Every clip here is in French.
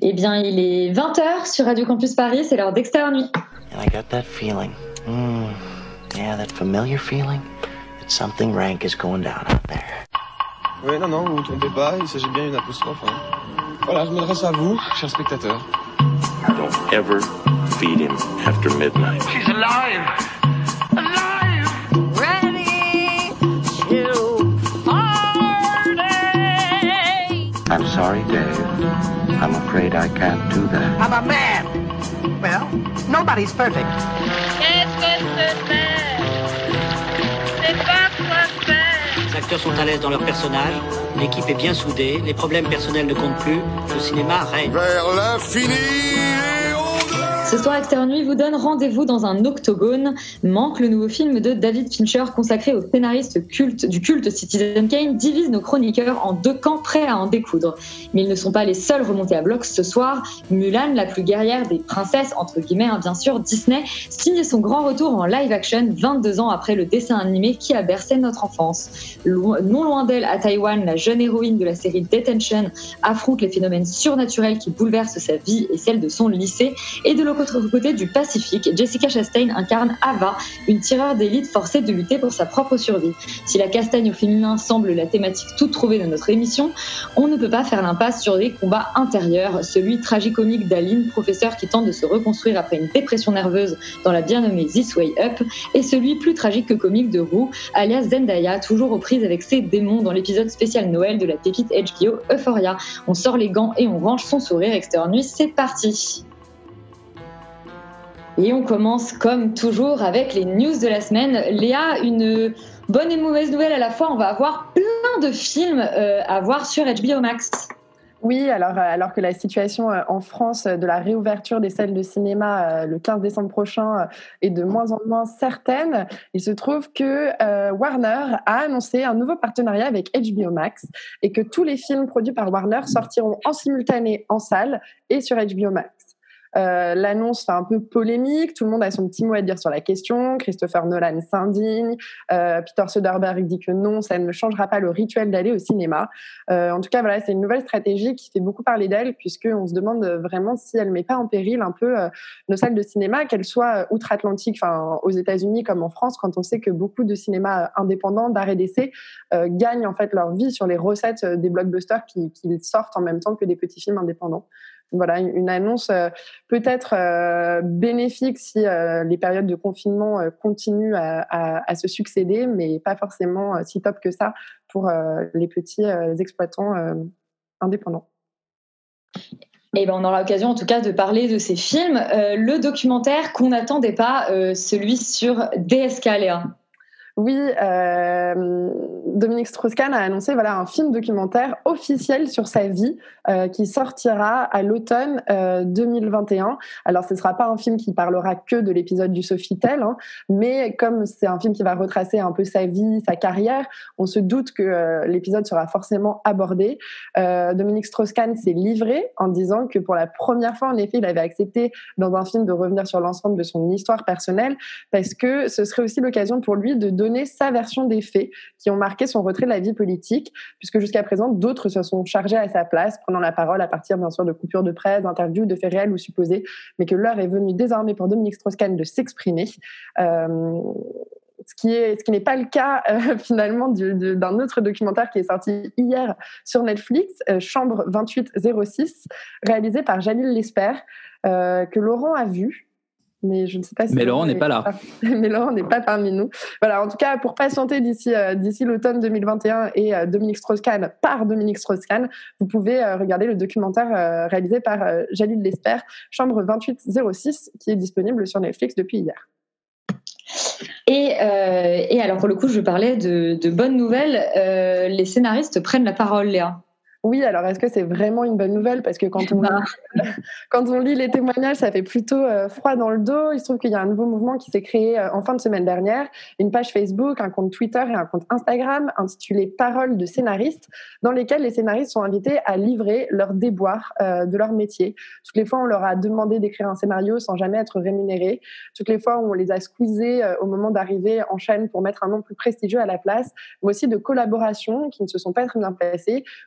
Eh bien, il est 20h sur Radio Campus Paris, c'est l'heure d'Extérieur Nuit. And I got that feeling. Yeah, that familiar feeling that something rank is going down out there. Oui, non, vous vous trompez pas, il s'agit bien d'une apostrophe. Voilà, je m'adresse à vous, chers spectateurs. Don't ever feed him after midnight. She's alive! Alive! Ready to party! I'm sorry, Dave. I'm afraid I can't do that. I'm a man! Well, nobody's perfect. Qu'est-ce que c'est? C'est pas quoi faire. Les acteurs sont à l'aise dans leur personnage, l'équipe est bien soudée, les problèmes personnels ne comptent plus, le cinéma règne. Vers l'infini et au-delà. Ce soir, Extérieur Nuit vous donne rendez-vous dans un octogone. Manque, le nouveau film de David Fincher consacré au scénariste du culte Citizen Kane, divise nos chroniqueurs en deux camps prêts à en découdre. Mais ils ne sont pas les seuls remontés à bloc ce soir. Mulan, la plus guerrière des princesses, entre guillemets, bien sûr, Disney, signe son grand retour en live action 22 ans après le dessin animé qui a bercé notre enfance. Non loin d'elle, à Taïwan, la jeune héroïne de la série Detention affronte les phénomènes surnaturels qui bouleversent sa vie et celle de son lycée. Et de l'autre côté du Pacifique, Jessica Chastain incarne Ava, une tireur d'élite forcée de lutter pour sa propre survie. Si la castagne au féminin semble la thématique toute trouvée de notre émission, on ne peut pas faire l'impasse sur les combats intérieurs, celui tragicomique d'Aline, professeur qui tente de se reconstruire après une dépression nerveuse dans la bien nommée This Way Up, et celui plus tragique que comique de Rue, alias Zendaya, toujours aux prises avec ses démons dans l'épisode spécial Noël de la pépite HBO Euphoria. On sort les gants et on range son sourire. Extérieur Nuit, c'est parti. Et on commence comme toujours avec les news de la semaine. Léa, une bonne et mauvaise nouvelle à la fois, on va avoir plein de films à voir sur HBO Max. Oui, alors que la situation en France de la réouverture des salles de cinéma le 15 décembre prochain est de moins en moins certaine, il se trouve que Warner a annoncé un nouveau partenariat avec HBO Max et que tous les films produits par Warner sortiront en simultané en salle et sur HBO Max. L'annonce fait un peu polémique, tout le monde a son petit mot à dire sur la question. Christopher Nolan s'indigne, Peter Soderbergh dit que non, ça ne changera pas le rituel d'aller au cinéma. En tout cas, voilà, c'est une nouvelle stratégie qui fait beaucoup parler d'elle, puisqu'on se demande vraiment si elle ne met pas en péril un peu nos salles de cinéma, qu'elles soient outre-Atlantique, enfin aux États-Unis comme en France, quand on sait que beaucoup de cinémas indépendants, d'art et d'essai, gagnent en fait leur vie sur les recettes des blockbusters qui sortent en même temps que des petits films indépendants. Voilà, une annonce peut-être bénéfique si les périodes de confinement continuent à se succéder, mais pas forcément si top que ça pour les petits exploitants indépendants. Et ben on aura l'occasion en tout cas de parler de ces films. Le documentaire qu'on n'attendait pas, celui sur DSK, Léa. Oui, Dominique Strauss-Kahn a annoncé un film documentaire officiel sur sa vie qui sortira à l'automne 2021. Alors, ce ne sera pas un film qui parlera que de l'épisode du Sofitel, mais comme c'est un film qui va retracer un peu sa vie, sa carrière, on se doute que l'épisode sera forcément abordé. Dominique Strauss-Kahn s'est livré en disant que pour la première fois, en effet, il avait accepté dans un film de revenir sur l'ensemble de son histoire personnelle parce que ce serait aussi l'occasion pour lui de donner sa version des faits qui ont marqué son retrait de la vie politique, puisque jusqu'à présent, d'autres se sont chargés à sa place, prenant la parole à partir, bien sûr, de coupures de presse, d'interviews, de faits réels ou supposés, mais que l'heure est venue désormais pour Dominique Strauss-Kahn de s'exprimer. Ce qui n'est pas le cas finalement d'un autre documentaire qui est sorti hier sur Netflix, Chambre 2806, réalisé par Jalil Lesper, que Laurent a vu. Mais je ne sais pas si. Mais Laurent n'est pas là. Mais Laurent n'est pas parmi nous. Voilà, en tout cas, pour patienter d'ici l'automne 2021 et Dominique Strauss-Kahn par Dominique Strauss-Kahn, vous pouvez regarder le documentaire réalisé par Jalil Lesper, Chambre 2806, qui est disponible sur Netflix depuis hier. Et alors, pour le coup, je parlais de bonnes nouvelles. Les scénaristes prennent la parole, Léa. Oui, alors est-ce que c'est vraiment une bonne nouvelle ? Parce que quand on lit les témoignages, ça fait plutôt froid dans le dos. Il se trouve qu'il y a un nouveau mouvement qui s'est créé en fin de semaine dernière, une page Facebook, un compte Twitter et un compte Instagram intitulé Paroles de scénaristes, dans lesquels les scénaristes sont invités à livrer leurs déboires de leur métier. Toutes les fois, on leur a demandé d'écrire un scénario sans jamais être rémunérés. Toutes les fois, on les a squeezés au moment d'arriver en chaîne pour mettre un nom plus prestigieux à la place, mais aussi de collaborations qui ne se sont pas très bien passées, ou alors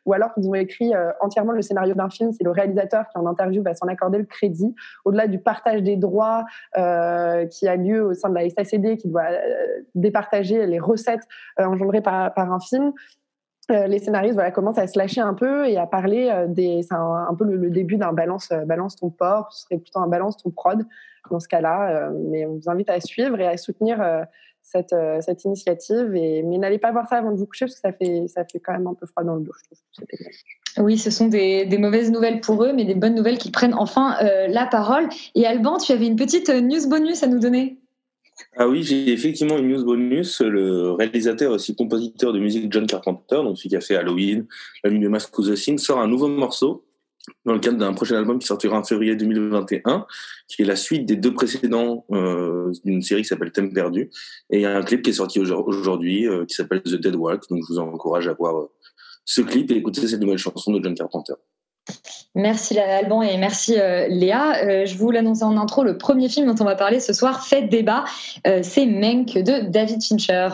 ils ont écrit entièrement le scénario d'un film. C'est le réalisateur qui, en interview, va s'en accorder le crédit. Au-delà du partage des droits qui a lieu au sein de la SACD, qui doit départager les recettes engendrées par un film, les scénaristes commencent à se lâcher un peu et à parler c'est un peu le début d'un balance ton port, ce serait plutôt un balance ton prod dans ce cas-là, mais on vous invite à suivre et à soutenir cette initiative, mais n'allez pas voir ça avant de vous coucher parce que ça fait quand même un peu froid dans le dos, je trouve. Oui, ce sont des mauvaises nouvelles pour eux, mais des bonnes nouvelles qui prennent enfin la parole. Et Alban, tu avais une petite news bonus à nous donner. Ah oui, j'ai effectivement une news bonus. Le réalisateur et aussi compositeur de musique John Carpenter, donc celui qui a fait Halloween, La Nuit des Masques ou The Thing, sort un nouveau morceau dans le cadre d'un prochain album qui sortira en février 2021, qui est la suite des 2 précédents d'une série qui s'appelle Thème perdu. Et il y a un clip qui est sorti aujourd'hui qui s'appelle The Dead Walk, donc je vous encourage à voir ce clip et écouter cette nouvelle chanson de John Carpenter. Merci Alban et merci Léa. Je vous l'annonçais en intro, le premier film dont on va parler ce soir fait débat, c'est Mank de David Fincher.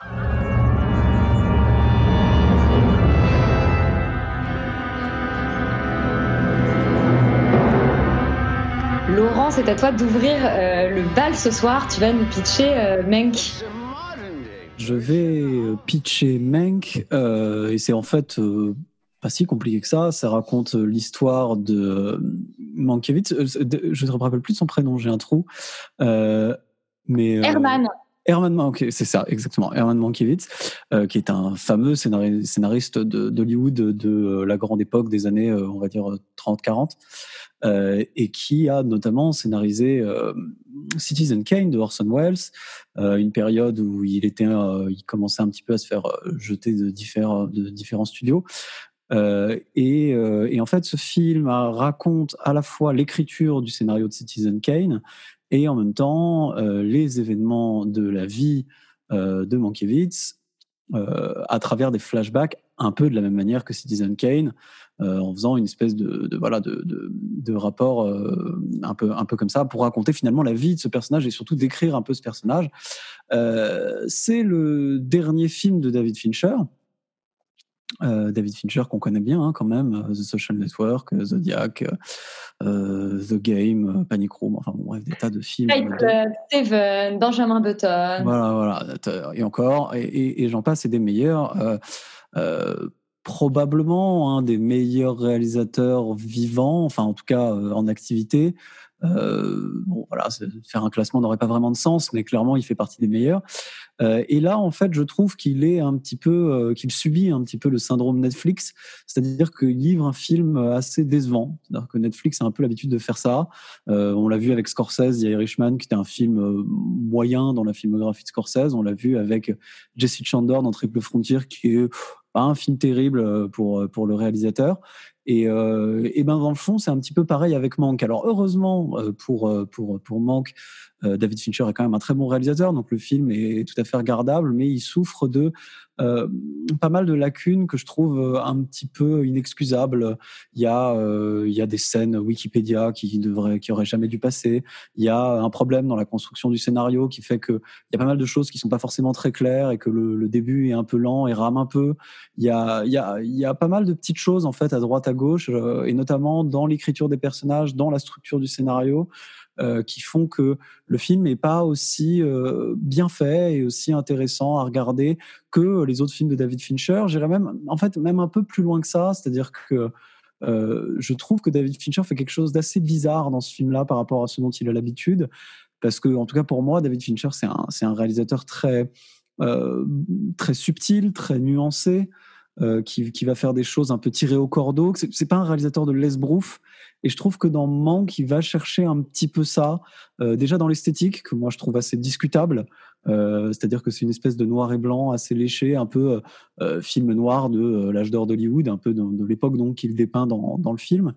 Laurent, c'est à toi d'ouvrir le bal ce soir. Tu vas nous pitcher Mank. Je vais pitcher Mank et c'est en fait pas si compliqué que ça. Ça raconte l'histoire de Mankiewicz. Je ne me rappelle plus de son prénom, j'ai un trou. Herman. Herman, ok, c'est ça, exactement. Herman Mankiewicz, qui est un fameux scénariste d'Hollywood de la grande époque des années, on va dire, 30-40, et qui a notamment scénarisé Citizen Kane de Orson Welles, une période où il commençait un petit peu à se faire jeter de différents studios. Et en fait, ce film raconte à la fois l'écriture du scénario de Citizen Kane et en même temps les événements de la vie de Mankiewicz à travers des flashbacks, un peu de la même manière que Citizen Kane, en faisant une espèce de rapport un peu comme ça pour raconter finalement la vie de ce personnage et surtout décrire un peu ce personnage. C'est le dernier film de David Fincher. David Fincher qu'on connaît bien quand même, The Social Network, Zodiac, The Game, Panic Room, enfin bon, bref, des tas de films. Seven, Benjamin Button. Voilà, et encore, et j'en passe, et des meilleurs. Probablement un des meilleurs réalisateurs vivants, enfin en tout cas en activité. Bon voilà, faire un classement n'aurait pas vraiment de sens, mais clairement il fait partie des meilleurs. Et là, en fait, je trouve qu'il subit un petit peu le syndrome Netflix, c'est-à-dire qu'il livre un film assez décevant. C'est-à-dire que Netflix a un peu l'habitude de faire ça. On l'a vu avec Scorsese, The Irishman, qui était un film moyen dans la filmographie de Scorsese. On l'a vu avec Jesse Chandor dans Triple Frontier, qui est pas un film terrible pour le réalisateur. Et ben dans le fond, c'est un petit peu pareil avec Mank. Alors heureusement pour Mank, David Fincher est quand même un très bon réalisateur, donc le film est tout à fait regardable, mais il souffre de pas mal de lacunes que je trouve un petit peu inexcusables. Il y a des scènes Wikipédia qui auraient jamais dû passer. Il y a un problème dans la construction du scénario qui fait que il y a pas mal de choses qui sont pas forcément très claires et que le début est un peu lent et rame un peu. Il y a pas mal de petites choses en fait à droite à gauche et notamment dans l'écriture des personnages, dans la structure du scénario, qui font que le film n'est pas aussi bien fait et aussi intéressant à regarder que les autres films de David Fincher. J'irais même un peu plus loin que ça, c'est-à-dire que je trouve que David Fincher fait quelque chose d'assez bizarre dans ce film-là par rapport à ce dont il a l'habitude, parce que, en tout cas pour moi, David Fincher, c'est un réalisateur très subtil, très nuancé, qui va faire des choses un peu tirées au cordeau. C'est pas un réalisateur de l'esbrouf. Et je trouve que dans Mank, il va chercher un petit peu ça, déjà dans l'esthétique, que moi je trouve assez discutable. C'est-à-dire que c'est une espèce de noir et blanc assez léché, un peu film noir de l'âge d'or d'Hollywood, un peu de l'époque donc qu'il dépeint dans le film.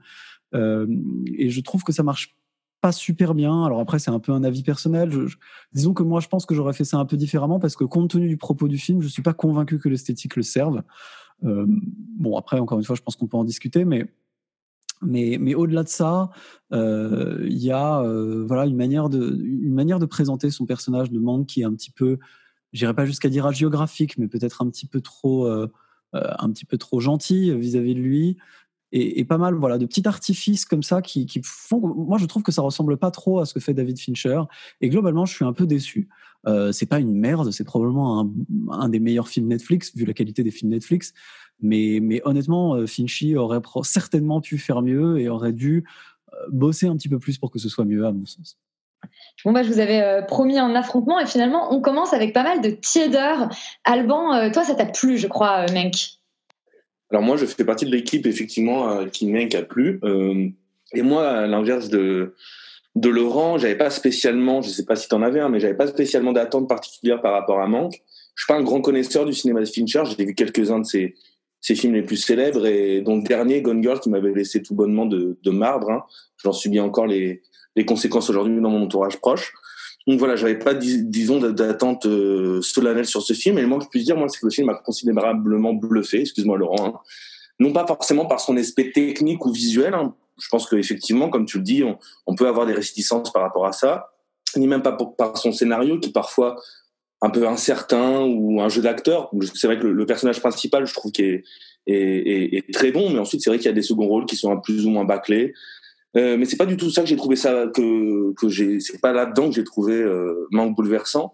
Et je trouve que ça marche pas super bien. Alors après, c'est un peu un avis personnel. Disons que moi, je pense que j'aurais fait ça un peu différemment parce que compte tenu du propos du film, je suis pas convaincu que l'esthétique le serve. Bon, après, encore une fois, je pense qu'on peut en discuter, mais au-delà de ça, il y a une manière de présenter son personnage de Mank qui est un petit peu, j'irais pas jusqu'à dire hagiographique, mais peut-être un petit peu trop un petit peu trop gentil vis-à-vis de lui. Et pas mal de petits artifices comme ça qui font... Moi, je trouve que ça ressemble pas trop à ce que fait David Fincher. Et globalement, je suis un peu déçu. C'est pas une merde, c'est probablement un des meilleurs films Netflix, vu la qualité des films Netflix. Mais honnêtement, Finchy aurait certainement pu faire mieux et aurait dû bosser un petit peu plus pour que ce soit mieux, à mon sens. Bon, je vous avais promis un affrontement et finalement, on commence avec pas mal de tiédeur. Alban, toi, ça t'a plu, je crois, Menk? Alors moi, je fais partie de l'équipe, effectivement, qui Menk a plu. Et moi, à l'inverse de Laurent, j'avais pas spécialement, je sais pas si t'en avais un, mais j'avais pas spécialement d'attente particulière par rapport à Mank. Je suis pas un grand connaisseur du cinéma de Fincher. J'ai vu quelques-uns de ses films les plus célèbres, et dont le dernier, Gone Girl, qui m'avait laissé tout bonnement de marbre. Hein. J'en subis encore les conséquences aujourd'hui dans mon entourage proche. Donc voilà, j'avais pas, disons, d'attente solennelle sur ce film. Et le moins que je puisse dire, moi, c'est que le film m'a considérablement bluffé. Excuse-moi, Laurent. Hein. Non pas forcément par son aspect technique ou visuel. Hein. Je pense qu'effectivement, comme tu le dis, on peut avoir des réticences par rapport à ça. Ni même pas par son scénario, qui parfois un peu incertain, ou un jeu d'acteur. C'est vrai que le personnage principal, je trouve qu'il est très bon, mais ensuite c'est vrai qu'il y a des seconds rôles qui sont plus ou moins bâclés. Mais c'est pas du tout ça que j'ai trouvé ça, c'est pas là-dedans que j'ai trouvé Mank bouleversant.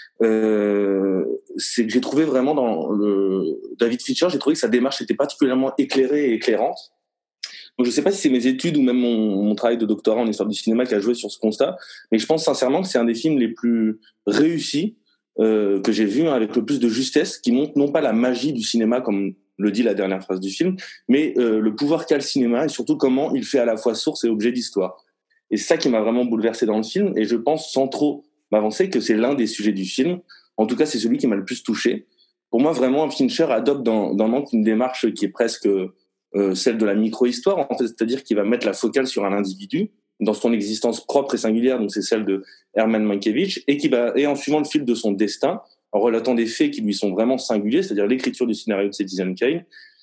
C'est que j'ai trouvé vraiment dans David Fincher, j'ai trouvé que sa démarche était particulièrement éclairée et éclairante. Donc je sais pas si c'est mes études ou même mon travail de doctorat en histoire du cinéma qui a joué sur ce constat, mais je pense sincèrement que c'est un des films les plus réussis que j'ai vu, avec le plus de justesse, qui montre non pas la magie du cinéma comme le dit la dernière phrase du film, mais le pouvoir qu'a le cinéma, et surtout comment il fait à la fois source et objet d'histoire. Et c'est ça qui m'a vraiment bouleversé dans le film, et je pense, sans trop m'avancer, que c'est l'un des sujets du film. En tout cas, c'est celui qui m'a le plus touché. Pour moi, vraiment, Fincher adopte dans Mank une démarche qui est presque celle de la micro-histoire, en fait, c'est-à-dire qu'il va mettre la focale sur un individu dans son existence propre et singulière, donc c'est celle de Herman Mankiewicz, et en suivant le fil de son destin, en relatant des faits qui lui sont vraiment singuliers, c'est-à-dire l'écriture du scénario de Citizen Kane,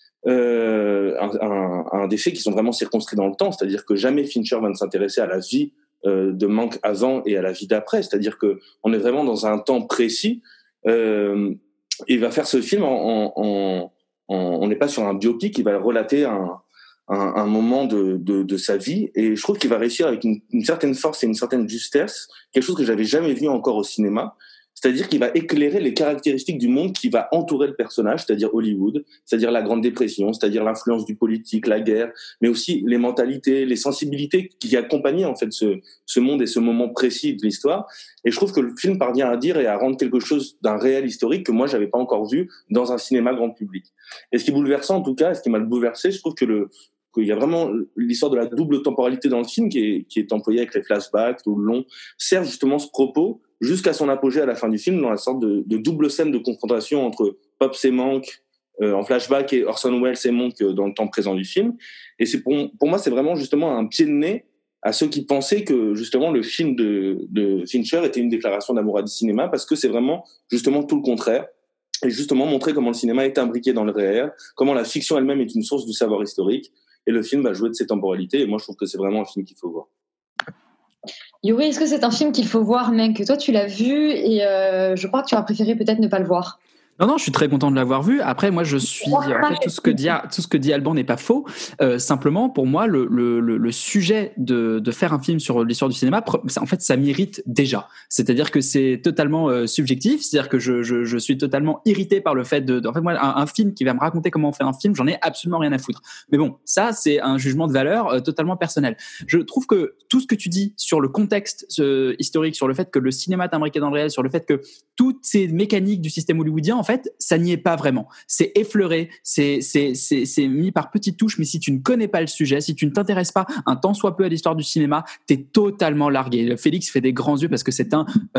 un des faits qui sont vraiment circonscrits dans le temps, c'est-à-dire que jamais Fincher va ne s'intéresser à la vie de Mank avant et à la vie d'après, c'est-à-dire que on est vraiment dans un temps précis, et il va faire ce film on n'est pas sur un biopic, il va relater un moment de sa vie, et je trouve qu'il va réussir avec une certaine force et une certaine justesse, quelque chose que j'avais jamais vu encore au cinéma. C'est-à-dire qu'il va éclairer les caractéristiques du monde qui va entourer le personnage, c'est-à-dire Hollywood, c'est-à-dire la Grande Dépression, c'est-à-dire l'influence du politique, la guerre, mais aussi les mentalités, les sensibilités qui accompagnaient en fait ce monde et ce moment précis de l'histoire. Et je trouve que le film parvient à dire et à rendre quelque chose d'un réel historique que moi j'avais pas encore vu dans un cinéma grand public. Et ce qui est bouleversant, en tout cas, et ce qui m'a bouleversé, je trouve qu'il y a vraiment l'histoire de la double temporalité dans le film qui est employée avec les flashbacks tout le long, sert justement ce propos jusqu'à son apogée à la fin du film, dans la sorte de double scène de confrontation entre Pops et Mank en flashback et Orson Welles et Mank dans le temps présent du film. Et c'est pour moi, c'est vraiment justement un pied de nez à ceux qui pensaient que justement le film de Fincher était une déclaration d'amour du cinéma, parce que c'est vraiment justement tout le contraire. Et justement montrer comment le cinéma est imbriqué dans le réel, comment la fiction elle-même est une source du savoir historique. Et le film va jouer de ces temporalités. Et moi, je trouve que c'est vraiment un film qu'il faut voir. Yuri, est-ce que c'est un film qu'il faut voir, mec? Toi, tu l'as vu et je crois que tu aurais préféré peut-être ne pas le voir. Non, je suis très content de l'avoir vu. Après, moi, je suis en fait, tout ce que dit Alban n'est pas faux. Simplement, pour moi, le sujet de faire un film sur l'histoire du cinéma, en fait, ça m'irrite déjà. C'est-à-dire que c'est totalement subjectif. C'est-à-dire que je suis totalement irrité par le fait en fait, moi, un film qui va me raconter comment on fait un film, j'en ai absolument rien à foutre. Mais bon, ça, c'est un jugement de valeur totalement personnel. Je trouve que tout ce que tu dis sur le contexte historique, sur le fait que le cinéma est imbriqué dans le réel, sur le fait que toutes ces mécaniques du système hollywoodien, en fait, ça n'y est pas vraiment. C'est effleuré, c'est mis par petites touches, mais si tu ne connais pas le sujet, si tu ne t'intéresses pas un tant soit peu à l'histoire du cinéma, t'es totalement largué. Félix fait des grands yeux parce que c'est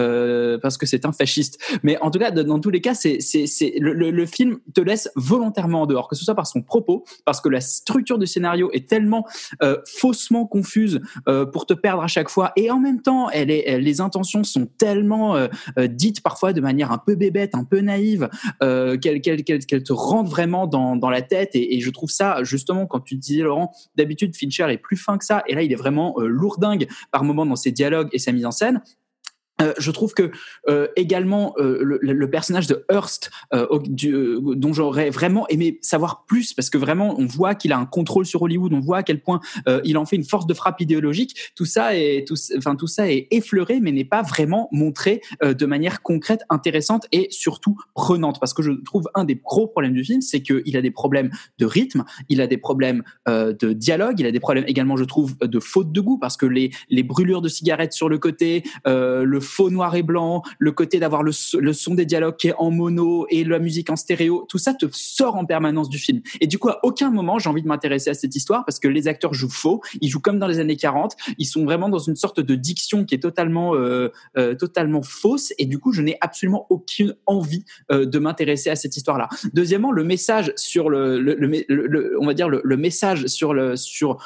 un fasciste. Mais en tout cas, dans tous les cas, le film te laisse volontairement en dehors, que ce soit par son propos, parce que la structure du scénario est tellement faussement confuse pour te perdre à chaque fois, et en même temps, les intentions sont tellement dites parfois de manière un peu bébête, un peu naïve, qu'elle te rentre vraiment dans la tête, et je trouve ça, justement, quand tu disais, Laurent, d'habitude Fincher est plus fin que ça, et là il est vraiment lourdingue par moments dans ses dialogues et sa mise en scène. Je trouve que également le personnage de Hearst dont j'aurais vraiment aimé savoir plus, parce que vraiment on voit qu'il a un contrôle sur Hollywood, on voit à quel point il en fait une force de frappe idéologique. Tout ça est effleuré, mais n'est pas vraiment montré de manière concrète, intéressante et surtout prenante. Parce que je trouve un des gros problèmes du film, c'est qu'il a des problèmes de rythme, il a des problèmes de dialogue, il a des problèmes également, je trouve, de faute de goût, parce que les brûlures de cigarettes sur le côté, le faux noir et blanc, le côté d'avoir le son des dialogues qui est en mono et la musique en stéréo, tout ça te sort en permanence du film. Et du coup, à aucun moment, j'ai envie de m'intéresser à cette histoire, parce que les acteurs jouent faux, ils jouent comme dans les années 40, ils sont vraiment dans une sorte de diction qui est totalement fausse, et du coup, je n'ai absolument aucune envie de m'intéresser à cette histoire-là. Deuxièmement, le message sur on va dire le message sur la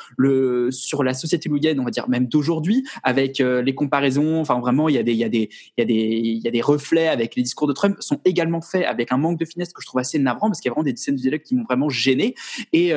société hollywoodienne, on va dire même d'aujourd'hui, avec les comparaisons, enfin vraiment, il y a des reflets avec les discours de Trump, sont également faits avec un manque de finesse que je trouve assez navrant, parce qu'il y a vraiment des scènes de dialogue qui m'ont vraiment gêné. Et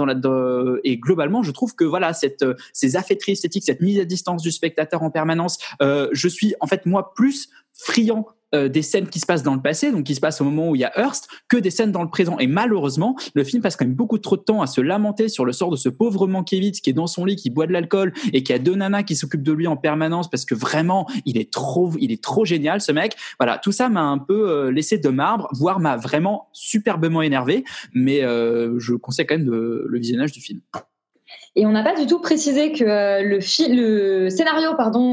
et globalement, je trouve que voilà, ces affaîtries esthétiques, cette mise à distance du spectateur en permanence, je suis en fait moi plus friand des scènes qui se passent dans le passé, donc qui se passent au moment où il y a Hearst, que des scènes dans le présent. Et malheureusement, le film passe quand même beaucoup trop de temps à se lamenter sur le sort de ce pauvre Mankiewicz qui est dans son lit, qui boit de l'alcool et qui a deux nanas qui s'occupent de lui en permanence, parce que vraiment, il est trop génial, ce mec. Voilà, tout ça m'a un peu laissé de marbre, voire m'a vraiment superbement énervé, mais je conseille quand même le visionnage du film. Et on n'a pas du tout précisé que le scénario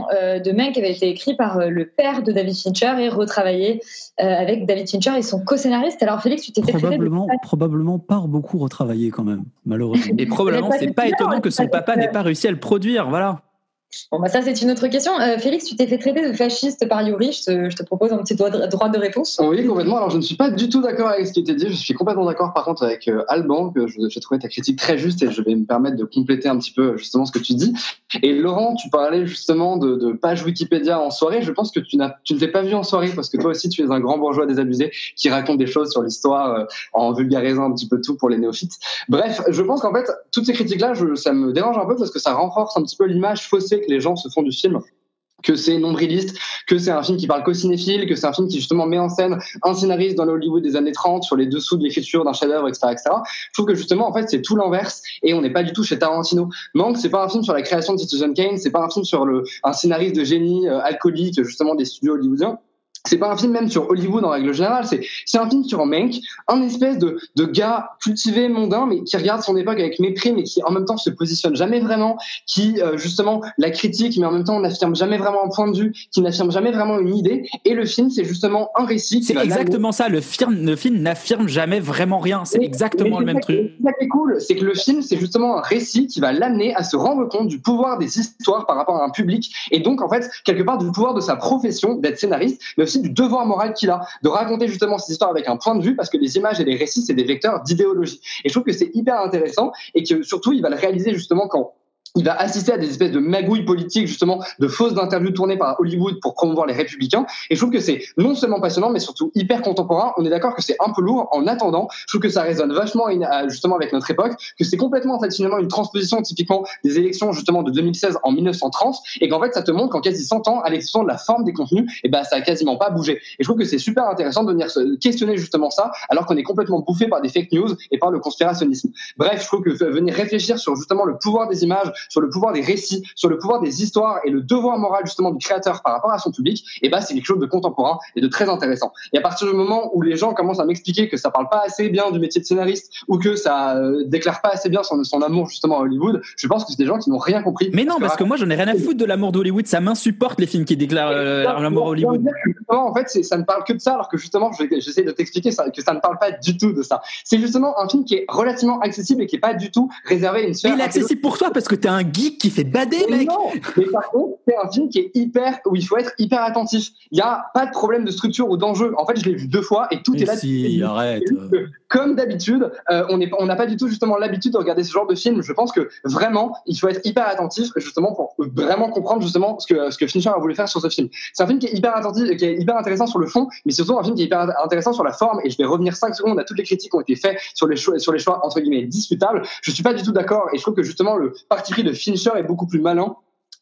de Mank avait été écrit par le père de David Fincher et retravaillé avec David Fincher et son co-scénariste. Alors Félix, tu t'es fait probablement pas beaucoup retravaillé quand même, malheureusement. Et probablement, c'est pas étonnant que son papa n'ait pas réussi à le produire, voilà. Bon, ça, c'est une autre question. Félix, tu t'es fait traiter de fasciste par Yuri. Je te propose un petit droit de réponse. Oui, complètement. Alors, je ne suis pas du tout d'accord avec ce qui était dit. Je suis complètement d'accord, par contre, avec Alban, que j'ai trouvé ta critique très juste, et je vais me permettre de compléter un petit peu, justement, ce que tu dis. Et Laurent, tu parlais, justement, de pages Wikipédia en soirée. Je pense que tu ne t'es pas vu en soirée, parce que toi aussi, tu es un grand bourgeois désabusé qui raconte des choses sur l'histoire en vulgarisant un petit peu tout pour les néophytes. Bref, je pense qu'en fait, toutes ces critiques-là, ça me dérange un peu, parce que ça renforce un petit peu l'image faussée que les gens se font du film, que c'est nombriliste, que c'est un film qui parle qu'aux cinéphiles, que c'est un film qui justement met en scène un scénariste dans le Hollywood des années 30 sur les dessous de l'écriture d'un chef-d'œuvre, etc., etc. Je trouve que justement, en fait, c'est tout l'inverse, et on n'est pas du tout chez Tarantino. Mank, c'est pas un film sur la création de Citizen Kane, c'est pas un film sur un scénariste de génie alcoolique, justement, des studios hollywoodiens. C'est pas un film même sur Hollywood en règle générale, c'est un film sur Mank, un espèce de gars cultivé, mondain, mais qui regarde son époque avec mépris, mais qui en même temps se positionne jamais vraiment, qui justement la critique, mais en même temps n'affirme jamais vraiment un point de vue, qui n'affirme jamais vraiment une idée. Et le film, c'est justement un récit. C'est exactement ça, le film n'affirme jamais vraiment rien, c'est exactement le même truc. Ce qui est cool, c'est que le film, c'est justement un récit qui va l'amener à se rendre compte du pouvoir des histoires par rapport à un public, et donc en fait, quelque part du pouvoir de sa profession d'être scénariste, mais aussi du devoir moral qu'il a de raconter justement cette histoire avec un point de vue, parce que les images et les récits, c'est des vecteurs d'idéologie. Et je trouve que c'est hyper intéressant, et que surtout, il va le réaliser justement quand il va assister à des espèces de magouilles politiques, justement, de fausses interviews tournées par Hollywood pour promouvoir les républicains. Et je trouve que c'est non seulement passionnant, mais surtout hyper contemporain. On est d'accord que c'est un peu lourd. En attendant, je trouve que ça résonne vachement justement avec notre époque, que c'est complètement, en fait, finalement, une transposition typiquement des élections, justement, de 2016 en 1930, et qu'en fait, ça te montre qu'en quasi 100 ans, à l'exception de la forme des contenus, ça a quasiment pas bougé. Et je trouve que c'est super intéressant de venir se questionner justement ça, alors qu'on est complètement bouffé par des fake news et par le conspirationnisme. Bref, je trouve que venir réfléchir sur justement le pouvoir des images, sur le pouvoir des récits, sur le pouvoir des histoires et le devoir moral justement du créateur par rapport à son public, c'est quelque chose de contemporain et de très intéressant. Et à partir du moment où les gens commencent à m'expliquer que ça parle pas assez bien du métier de scénariste, ou que ça déclare pas assez bien son amour justement à Hollywood, je pense que c'est des gens qui n'ont rien compris. Mais non, parce que moi j'en ai rien à foutre de l'amour d'Hollywood, ça m'insupporte les films qui déclarent l'amour à Hollywood. En fait, ça ne parle que de ça, alors que justement j'essaie de t'expliquer que ça ne parle pas du tout de ça. C'est justement un film qui est relativement accessible et qui est pas du tout réservé à une sphère. Il est accessible pour toi parce que t'es un geek qui fait bader, mec. Non, mais par contre, c'est un film qui est où il faut être hyper attentif. Il n'y a pas de problème de structure ou d'enjeu. En fait, je l'ai vu 2 fois et tout est là. Si, arrête. Comme d'habitude, on n'a pas du tout justement l'habitude de regarder ce genre de film. Je pense que vraiment, il faut être hyper attentif justement pour vraiment comprendre justement ce que Fincher a voulu faire sur ce film. C'est un film qui est hyper attentif, qui est hyper intéressant sur le fond, mais c'est surtout un film qui est hyper intéressant sur la forme. Et je vais revenir 5 secondes à toutes les critiques qui ont été faites sur les choix entre guillemets discutables. Je suis pas du tout d'accord, et je trouve que justement le parti pris de Fincher est beaucoup plus malin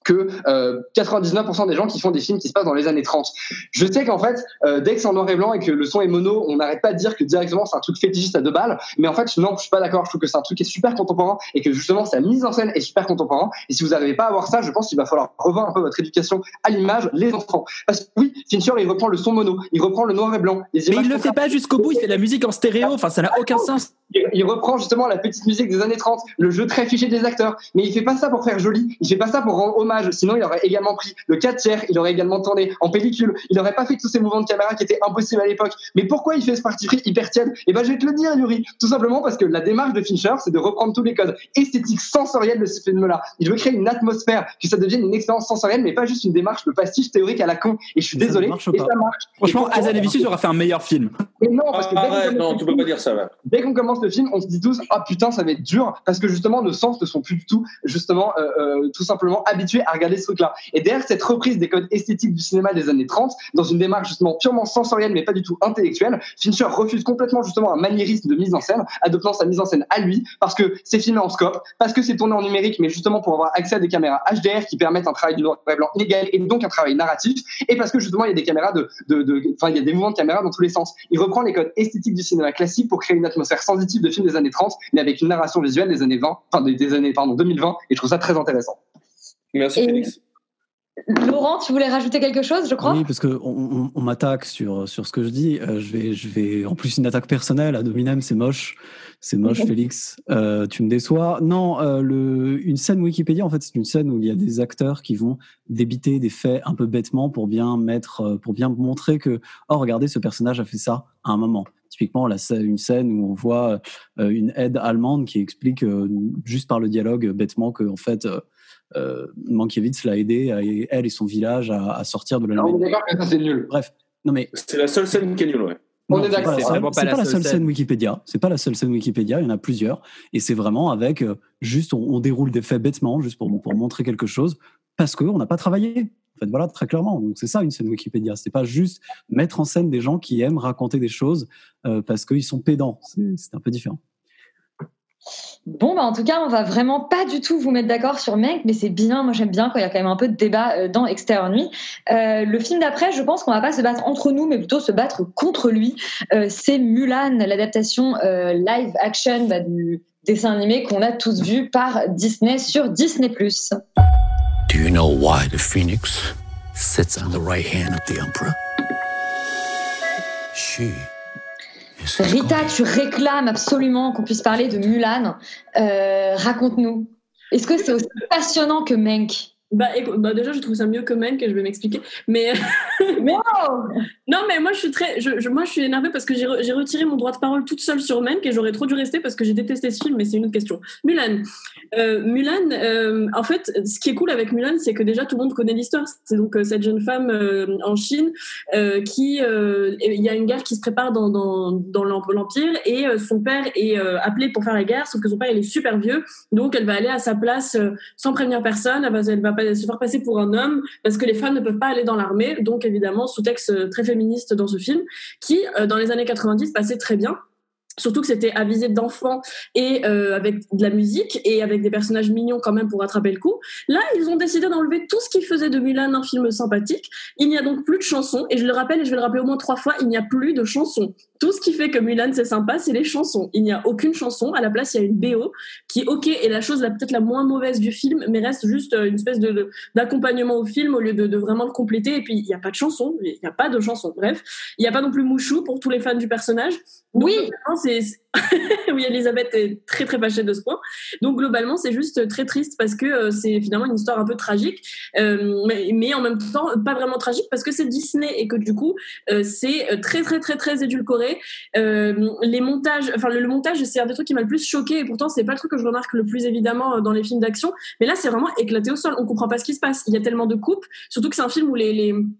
que 99% des gens qui font des films qui se passent dans les années 30. Je sais qu'en fait, dès que c'est en noir et blanc et que le son est mono, on n'arrête pas de dire que directement c'est un truc fétichiste à 2 balles, mais en fait non, je suis pas d'accord, je trouve que c'est un truc qui est super contemporain et que justement sa mise en scène est super contemporain, et si vous n'arrivez pas à voir ça, je pense qu'il va falloir revoir un peu votre éducation à l'image, les enfants. Parce que oui, Fincher il reprend le son mono, il reprend le noir et blanc, les images. Mais il le fait pas jusqu'au bout, il fait la musique en stéréo, enfin ça n'a aucun sens. Il reprend justement la petite musique des années 30, le jeu très fiché des acteurs, mais il fait pas ça pour faire joli, il fait pas ça pour rendre hommage, sinon il aurait également pris le 4/3, il aurait également tourné en pellicule, il aurait pas fait tous ces mouvements de caméra qui étaient impossibles à l'époque. Mais pourquoi il fait ce parti pris hyper tiède? Et ben je vais te le dire Yuri, tout simplement parce que la démarche de Fincher, c'est de reprendre tous les codes esthétiques sensoriels de ce film-là. Il veut créer une atmosphère, que ça devienne une expérience sensorielle, mais pas juste une démarche de pastiche théorique à la con. Et je suis désolé, et ça marche. Franchement, Hazanavicius aura fait un meilleur film. Mais non, parce que non, tu peux pas dire ça là. Dès qu'on commence le film, on se dit tous ah putain ça va être dur, parce que justement nos sens ne sont plus du tout justement tout simplement habitués à regarder ce truc-là. Et derrière cette reprise des codes esthétiques du cinéma des années 30, dans une démarche justement purement sensorielle mais pas du tout intellectuelle, Fincher refuse complètement justement un maniérisme de mise en scène, adoptant sa mise en scène à lui, parce que c'est filmé en scope, parce que c'est tourné en numérique, mais justement pour avoir accès à des caméras HDR qui permettent un travail du noir et blanc inégal et donc un travail narratif, et parce que justement il y a des caméras il y a des mouvements de caméra dans tous les sens. Il reprend les codes esthétiques du cinéma classique pour créer une atmosphère sensitive de film des années 30, mais avec une narration visuelle des années 2020, et je trouve ça très intéressant. Merci Félix. Laurent, tu voulais rajouter quelque chose, je crois? Oui, parce qu'on m'attaque sur ce que je dis. Je vais en plus une attaque personnelle. Ad hominem, c'est moche. C'est moche, Félix. Tu me déçois. Non, une scène Wikipédia, en fait, c'est une scène où il y a des acteurs qui vont débiter des faits un peu bêtement pour bien montrer que, oh, regardez, ce personnage a fait ça à un moment. Typiquement, une scène où on voit une aide allemande qui explique juste par le dialogue bêtement que, en fait, Mankiewicz l'a aidé, elle et son village, à sortir de l'Allemagne. On est d'accord que ça c'est nul. Bref, non mais c'est la seule scène qui est nulle, ouais. On est d'accord. C'est pas la seule scène Wikipédia. C'est pas la seule scène Wikipédia. Il y en a plusieurs, et c'est vraiment avec juste on déroule des faits bêtement, juste pour montrer quelque chose, parce que on n'a pas travaillé. En fait, voilà, très clairement. Donc c'est ça une scène Wikipédia. C'est pas juste mettre en scène des gens qui aiment raconter des choses parce qu'ils sont pédants. C'est un peu différent. Bon, en tout cas, on va vraiment pas du tout vous mettre d'accord sur Mank, mais c'est bien. Moi, j'aime bien quand il y a quand même un peu de débat dans Extérieur Nuit. Le film d'après, je pense qu'on va pas se battre entre nous, mais plutôt se battre contre lui. C'est Mulan, l'adaptation live action du dessin animé qu'on a tous vu par Disney sur Disney+. Do you know why the phoenix sits on the right hand of the emperor? She. Rita, tu réclames absolument qu'on puisse parler de Mulan. Raconte-nous. Est-ce que c'est aussi passionnant que Mank? Écoute, déjà je trouve ça mieux que Mank, et je vais m'expliquer, mais non, mais moi je suis énervée parce que j'ai retiré mon droit de parole toute seule sur Mank, et j'aurais trop dû rester parce que j'ai détesté ce film, mais c'est une autre question. Mulan, en fait, ce qui est cool avec Mulan, c'est que déjà tout le monde connaît l'histoire. C'est donc cette jeune femme en Chine qui il y a une guerre qui se prépare dans l'Empire, et son père est appelé pour faire la guerre, sauf que son père il est super vieux, donc elle va aller à sa place sans prévenir personne. Elle va se faire passer pour un homme parce que les femmes ne peuvent pas aller dans l'armée. Donc évidemment, sous-texte très féministe dans ce film qui, dans les années 90, passait très bien. Surtout que c'était à visée d'enfants et avec de la musique et avec des personnages mignons quand même pour rattraper le coup. Là, ils ont décidé d'enlever tout ce qui faisait de Mulan un film sympathique. Il n'y a donc plus de chansons, et je le rappelle et je vais le rappeler au moins 3 fois, il n'y a plus de chansons. Tout ce qui fait que Mulan c'est sympa, c'est les chansons. Il n'y a aucune chanson. À la place, il y a une BO qui, ok, est la chose peut-être la moins mauvaise du film, mais reste juste une espèce d'accompagnement au film au lieu de vraiment le compléter. Et puis, il n'y a pas de chanson. Il n'y a pas de chanson. Bref, il n'y a pas non plus Mouchou pour tous les fans du personnage. Donc, oui. Oui, Elisabeth est très très fâchée de ce point. Donc globalement, c'est juste très triste parce que c'est finalement une histoire un peu tragique, mais en même temps pas vraiment tragique parce que c'est Disney et que du coup c'est très très très très édulcoré. Les montages, le montage, c'est un des trucs qui m'a le plus choqué, et pourtant c'est pas le truc que je remarque le plus évidemment dans les films d'action. Mais là, c'est vraiment éclaté au sol. On comprend pas ce qui se passe. Il y a tellement de coupes, surtout que c'est un film où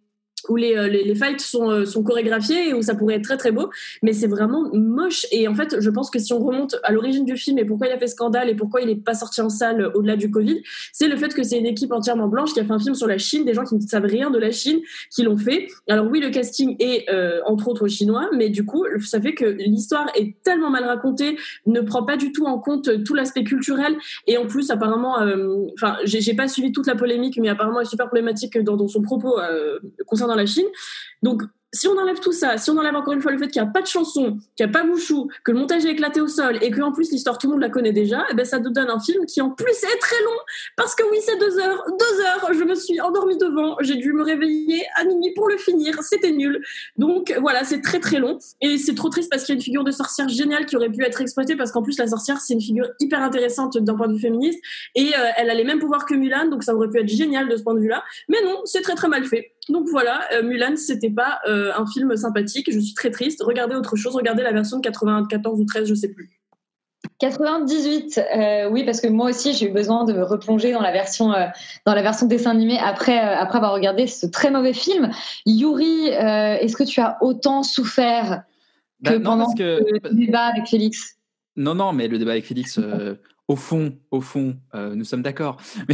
où les fights sont chorégraphiés et où ça pourrait être très très beau, mais c'est vraiment moche. Et en fait, je pense que si on remonte à l'origine du film et pourquoi il a fait scandale et pourquoi il n'est pas sorti en salle au-delà du Covid, c'est le fait que c'est une équipe entièrement blanche qui a fait un film sur la Chine, des gens qui ne savent rien de la Chine qui l'ont fait. Alors oui, le casting est entre autres chinois, mais du coup, ça fait que l'histoire est tellement mal racontée, ne prend pas du tout en compte tout l'aspect culturel, et en plus apparemment, j'ai pas suivi toute la polémique, mais apparemment elle est super problématique dans son propos concernant la Chine. Donc si on enlève tout ça, si on enlève encore une fois le fait qu'il n'y a pas de chanson, qu'il n'y a pas Mouchou, que le montage est éclaté au sol et qu'en plus l'histoire tout le monde la connaît déjà, et ben ça nous donne un film qui en plus est très long, parce que oui, c'est 2 heures, je me suis endormie devant, j'ai dû me réveiller à minuit pour le finir, c'était nul. Donc voilà, c'est très très long et c'est trop triste parce qu'il y a une figure de sorcière géniale qui aurait pu être exploitée, parce qu'en plus la sorcière c'est une figure hyper intéressante d'un point de vue féministe et elle a les mêmes pouvoirs que Mulan, donc ça aurait pu être génial de ce point de vue-là, mais non, c'est très très mal fait. Donc voilà, Mulan c'était pas un film sympathique, je suis très triste. Regardez autre chose, regardez la version de 94 ou 13, je sais plus. 98, oui, parce que moi aussi j'ai eu besoin de me replonger dans la version dessin animé après avoir regardé ce très mauvais film. Yuri, est-ce que tu as autant souffert que pendant le débat avec Félix? Non, mais le débat avec Félix, au fond, nous sommes d'accord. Mais,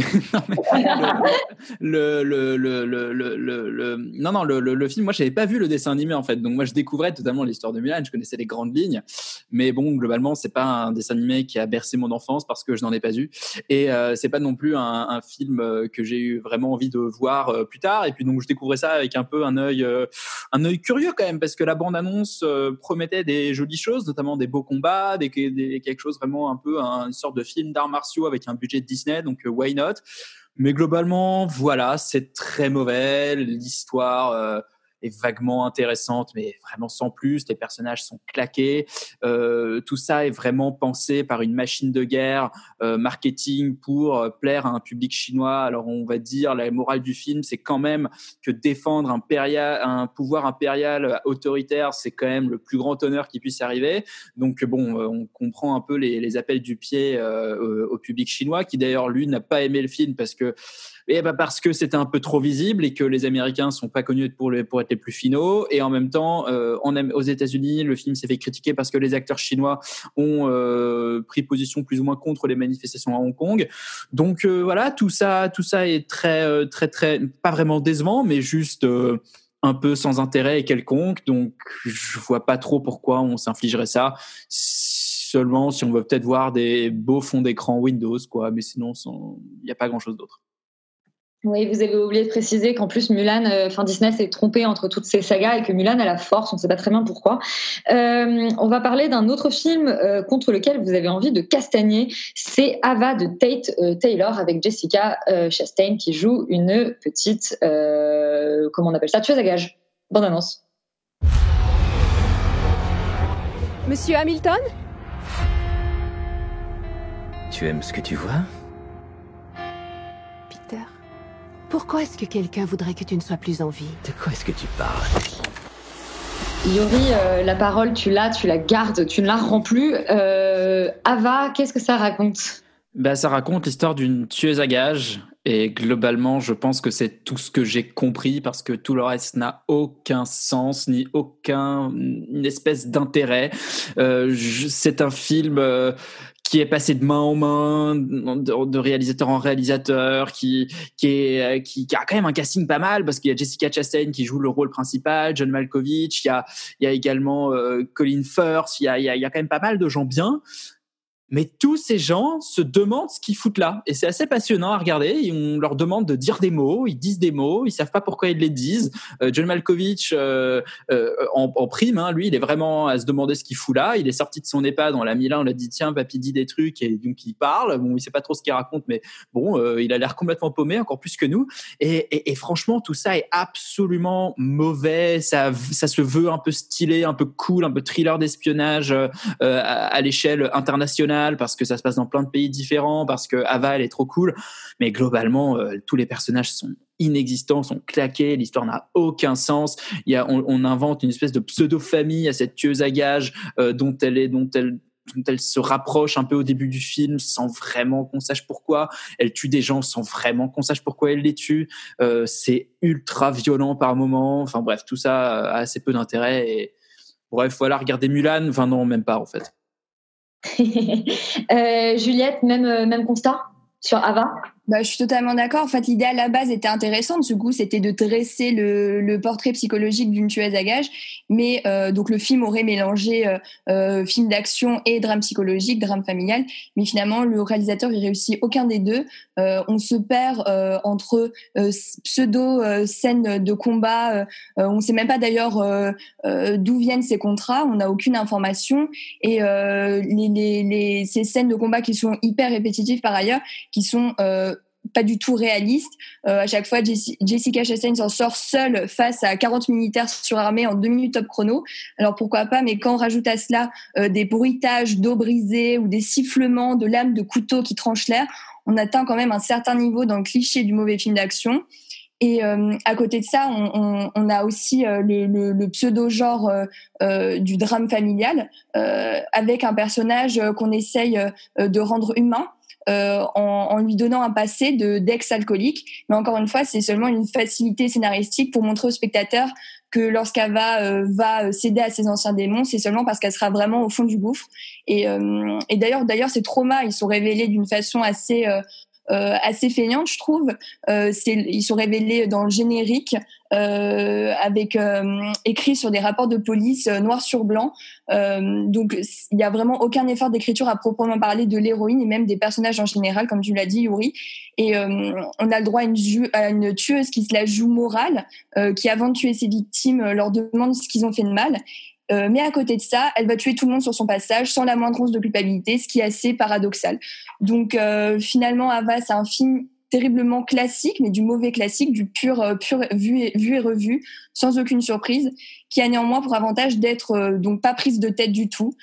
le film, moi, j'avais pas vu le dessin animé en fait, donc moi, je découvrais totalement l'histoire de Mulan. Je connaissais les grandes lignes, mais bon, globalement, c'est pas un dessin animé qui a bercé mon enfance parce que je n'en ai pas eu, et c'est pas non plus un film que j'ai eu vraiment envie de voir plus tard. Et puis donc, je découvrais ça avec un peu un œil curieux quand même, parce que la bande-annonce promettait des jolies choses, notamment des beaux combats, quelque chose vraiment un peu une sorte de film d'arts martiaux avec un budget de Disney, donc why not. Mais globalement, voilà, c'est très mauvais. L'histoire est vaguement intéressante, mais vraiment sans plus. Les personnages sont claqués. Tout ça est vraiment pensé par une machine de guerre marketing pour plaire à un public chinois. Alors on va dire, la morale du film, c'est quand même que défendre un pouvoir impérial autoritaire, c'est quand même le plus grand honneur qui puisse arriver. Donc bon, on comprend un peu les appels du pied au public chinois, qui d'ailleurs lui n'a pas aimé le film parce que c'était un peu trop visible et que les Américains sont pas connus pour être les plus finaux. Et en même temps, aux États-Unis, le film s'est fait critiquer parce que les acteurs chinois ont pris position plus ou moins contre les manifestations à Hong Kong. Donc voilà, tout ça est très très très pas vraiment décevant, mais juste un peu sans intérêt et quelconque. Donc je vois pas trop pourquoi on s'infligerait ça. Seulement si on veut peut-être voir des beaux fonds d'écran Windows, quoi. Mais sinon, il n'y a pas grand-chose d'autre. Oui, vous avez oublié de préciser qu'en plus Mulan, Disney s'est trompé entre toutes ces sagas et que Mulan a la force, on ne sait pas très bien pourquoi. On va parler d'un autre film contre lequel vous avez envie de castagner, c'est Ava de Tate Taylor avec Jessica Chastain qui joue une petite, comment on appelle ça, tueuse à gages. Bonne annonce. Monsieur Hamilton ? Tu aimes ce que tu vois ? Peter, pourquoi est-ce que quelqu'un voudrait que tu ne sois plus en vie ? De quoi est-ce que tu parles ? Yuri, la parole, tu la gardes, tu ne la rends plus. Ava, qu'est-ce que ça raconte ? Ça raconte l'histoire d'une tueuse à gages. Et globalement, je pense que c'est tout ce que j'ai compris parce que tout le reste n'a aucun sens ni aucune espèce d'intérêt. C'est un film qui est passé de main en main, de réalisateur en réalisateur, qui a quand même un casting pas mal parce qu'il y a Jessica Chastain qui joue le rôle principal, John Malkovich, il y a également Colin Firth, il y a quand même pas mal de gens bien. Mais tous ces gens se demandent ce qu'ils foutent là. Et c'est assez passionnant à regarder. On leur demande de dire des mots. Ils disent des mots. Ils savent pas pourquoi ils les disent. John Malkovich, en prime, lui, il est vraiment à se demander ce qu'il fout là. Il est sorti de son EHPAD. On l'a mis là. On l'a dit, tiens, papy, dis des trucs. Et donc, il parle. Bon, il sait pas trop ce qu'il raconte, mais bon, il a l'air complètement paumé, encore plus que nous. Et franchement, tout ça est absolument mauvais. Ça se veut un peu stylé, un peu cool, un peu thriller d'espionnage à l'échelle internationale, parce que ça se passe dans plein de pays différents, parce que Ava, elle est trop cool. Mais globalement, tous les personnages sont inexistants, sont claqués, l'histoire n'a aucun sens. On invente une espèce de pseudo-famille à cette tueuse à gages dont elle dont elle se rapproche un peu au début du film sans vraiment qu'on sache pourquoi. Elle tue des gens sans vraiment qu'on sache pourquoi elle les tue. C'est ultra violent par moments. Enfin bref, tout ça a assez peu d'intérêt. Et bref, voilà, regardez Mulan. Enfin non, même pas en fait. Juliette, même constat sur Ava? Bah, je suis totalement d'accord. En fait, l'idée à la base était intéressante. Du coup, c'était de dresser le portrait psychologique d'une tueuse à gages. Mais donc le film aurait mélangé film d'action et drame psychologique, drame familial. Mais finalement, le réalisateur il réussit aucun des deux. On se perd entre pseudo scènes de combat. On ne sait même pas d'ailleurs d'où viennent ces contrats. On n'a aucune information. Et ces scènes de combat qui sont hyper répétitives par ailleurs, qui sont pas du tout réaliste. À chaque fois, Jessica Chastain s'en sort seule face à 40 militaires surarmés en 2 minutes top chrono. Alors pourquoi pas, mais quand on rajoute à cela des bruitages d'eau brisée ou des sifflements de lames de couteau qui tranchent l'air, on atteint quand même un certain niveau dans le cliché du mauvais film d'action. Et à côté de ça, on a aussi le pseudo-genre du drame familial avec un personnage qu'on essaye de rendre humain. En lui donnant un passé d'ex-alcoolique. Mais encore une fois, c'est seulement une facilité scénaristique pour montrer au spectateur que lorsqu'Ava va céder à ses anciens démons, c'est seulement parce qu'elle sera vraiment au fond du gouffre. Et d'ailleurs, ces traumas, ils sont révélés d'une façon assez feignante, je trouve. Ils sont révélés dans le générique avec écrit sur des rapports de police noir sur blanc. Donc il y a vraiment aucun effort d'écriture à proprement parler de l'héroïne et même des personnages en général, comme tu l'as dit, Yuri. Et on a le droit à une tueuse qui se la joue morale, qui avant de tuer ses victimes leur demande ce qu'ils ont fait de mal. Mais à côté de ça, elle va tuer tout le monde sur son passage sans la moindre once de culpabilité, ce qui est assez paradoxal. Donc finalement, Ava, c'est un film terriblement classique, mais du mauvais classique, du pur vu et revu, sans aucune surprise, qui a néanmoins pour avantage d'être donc pas prise de tête du tout.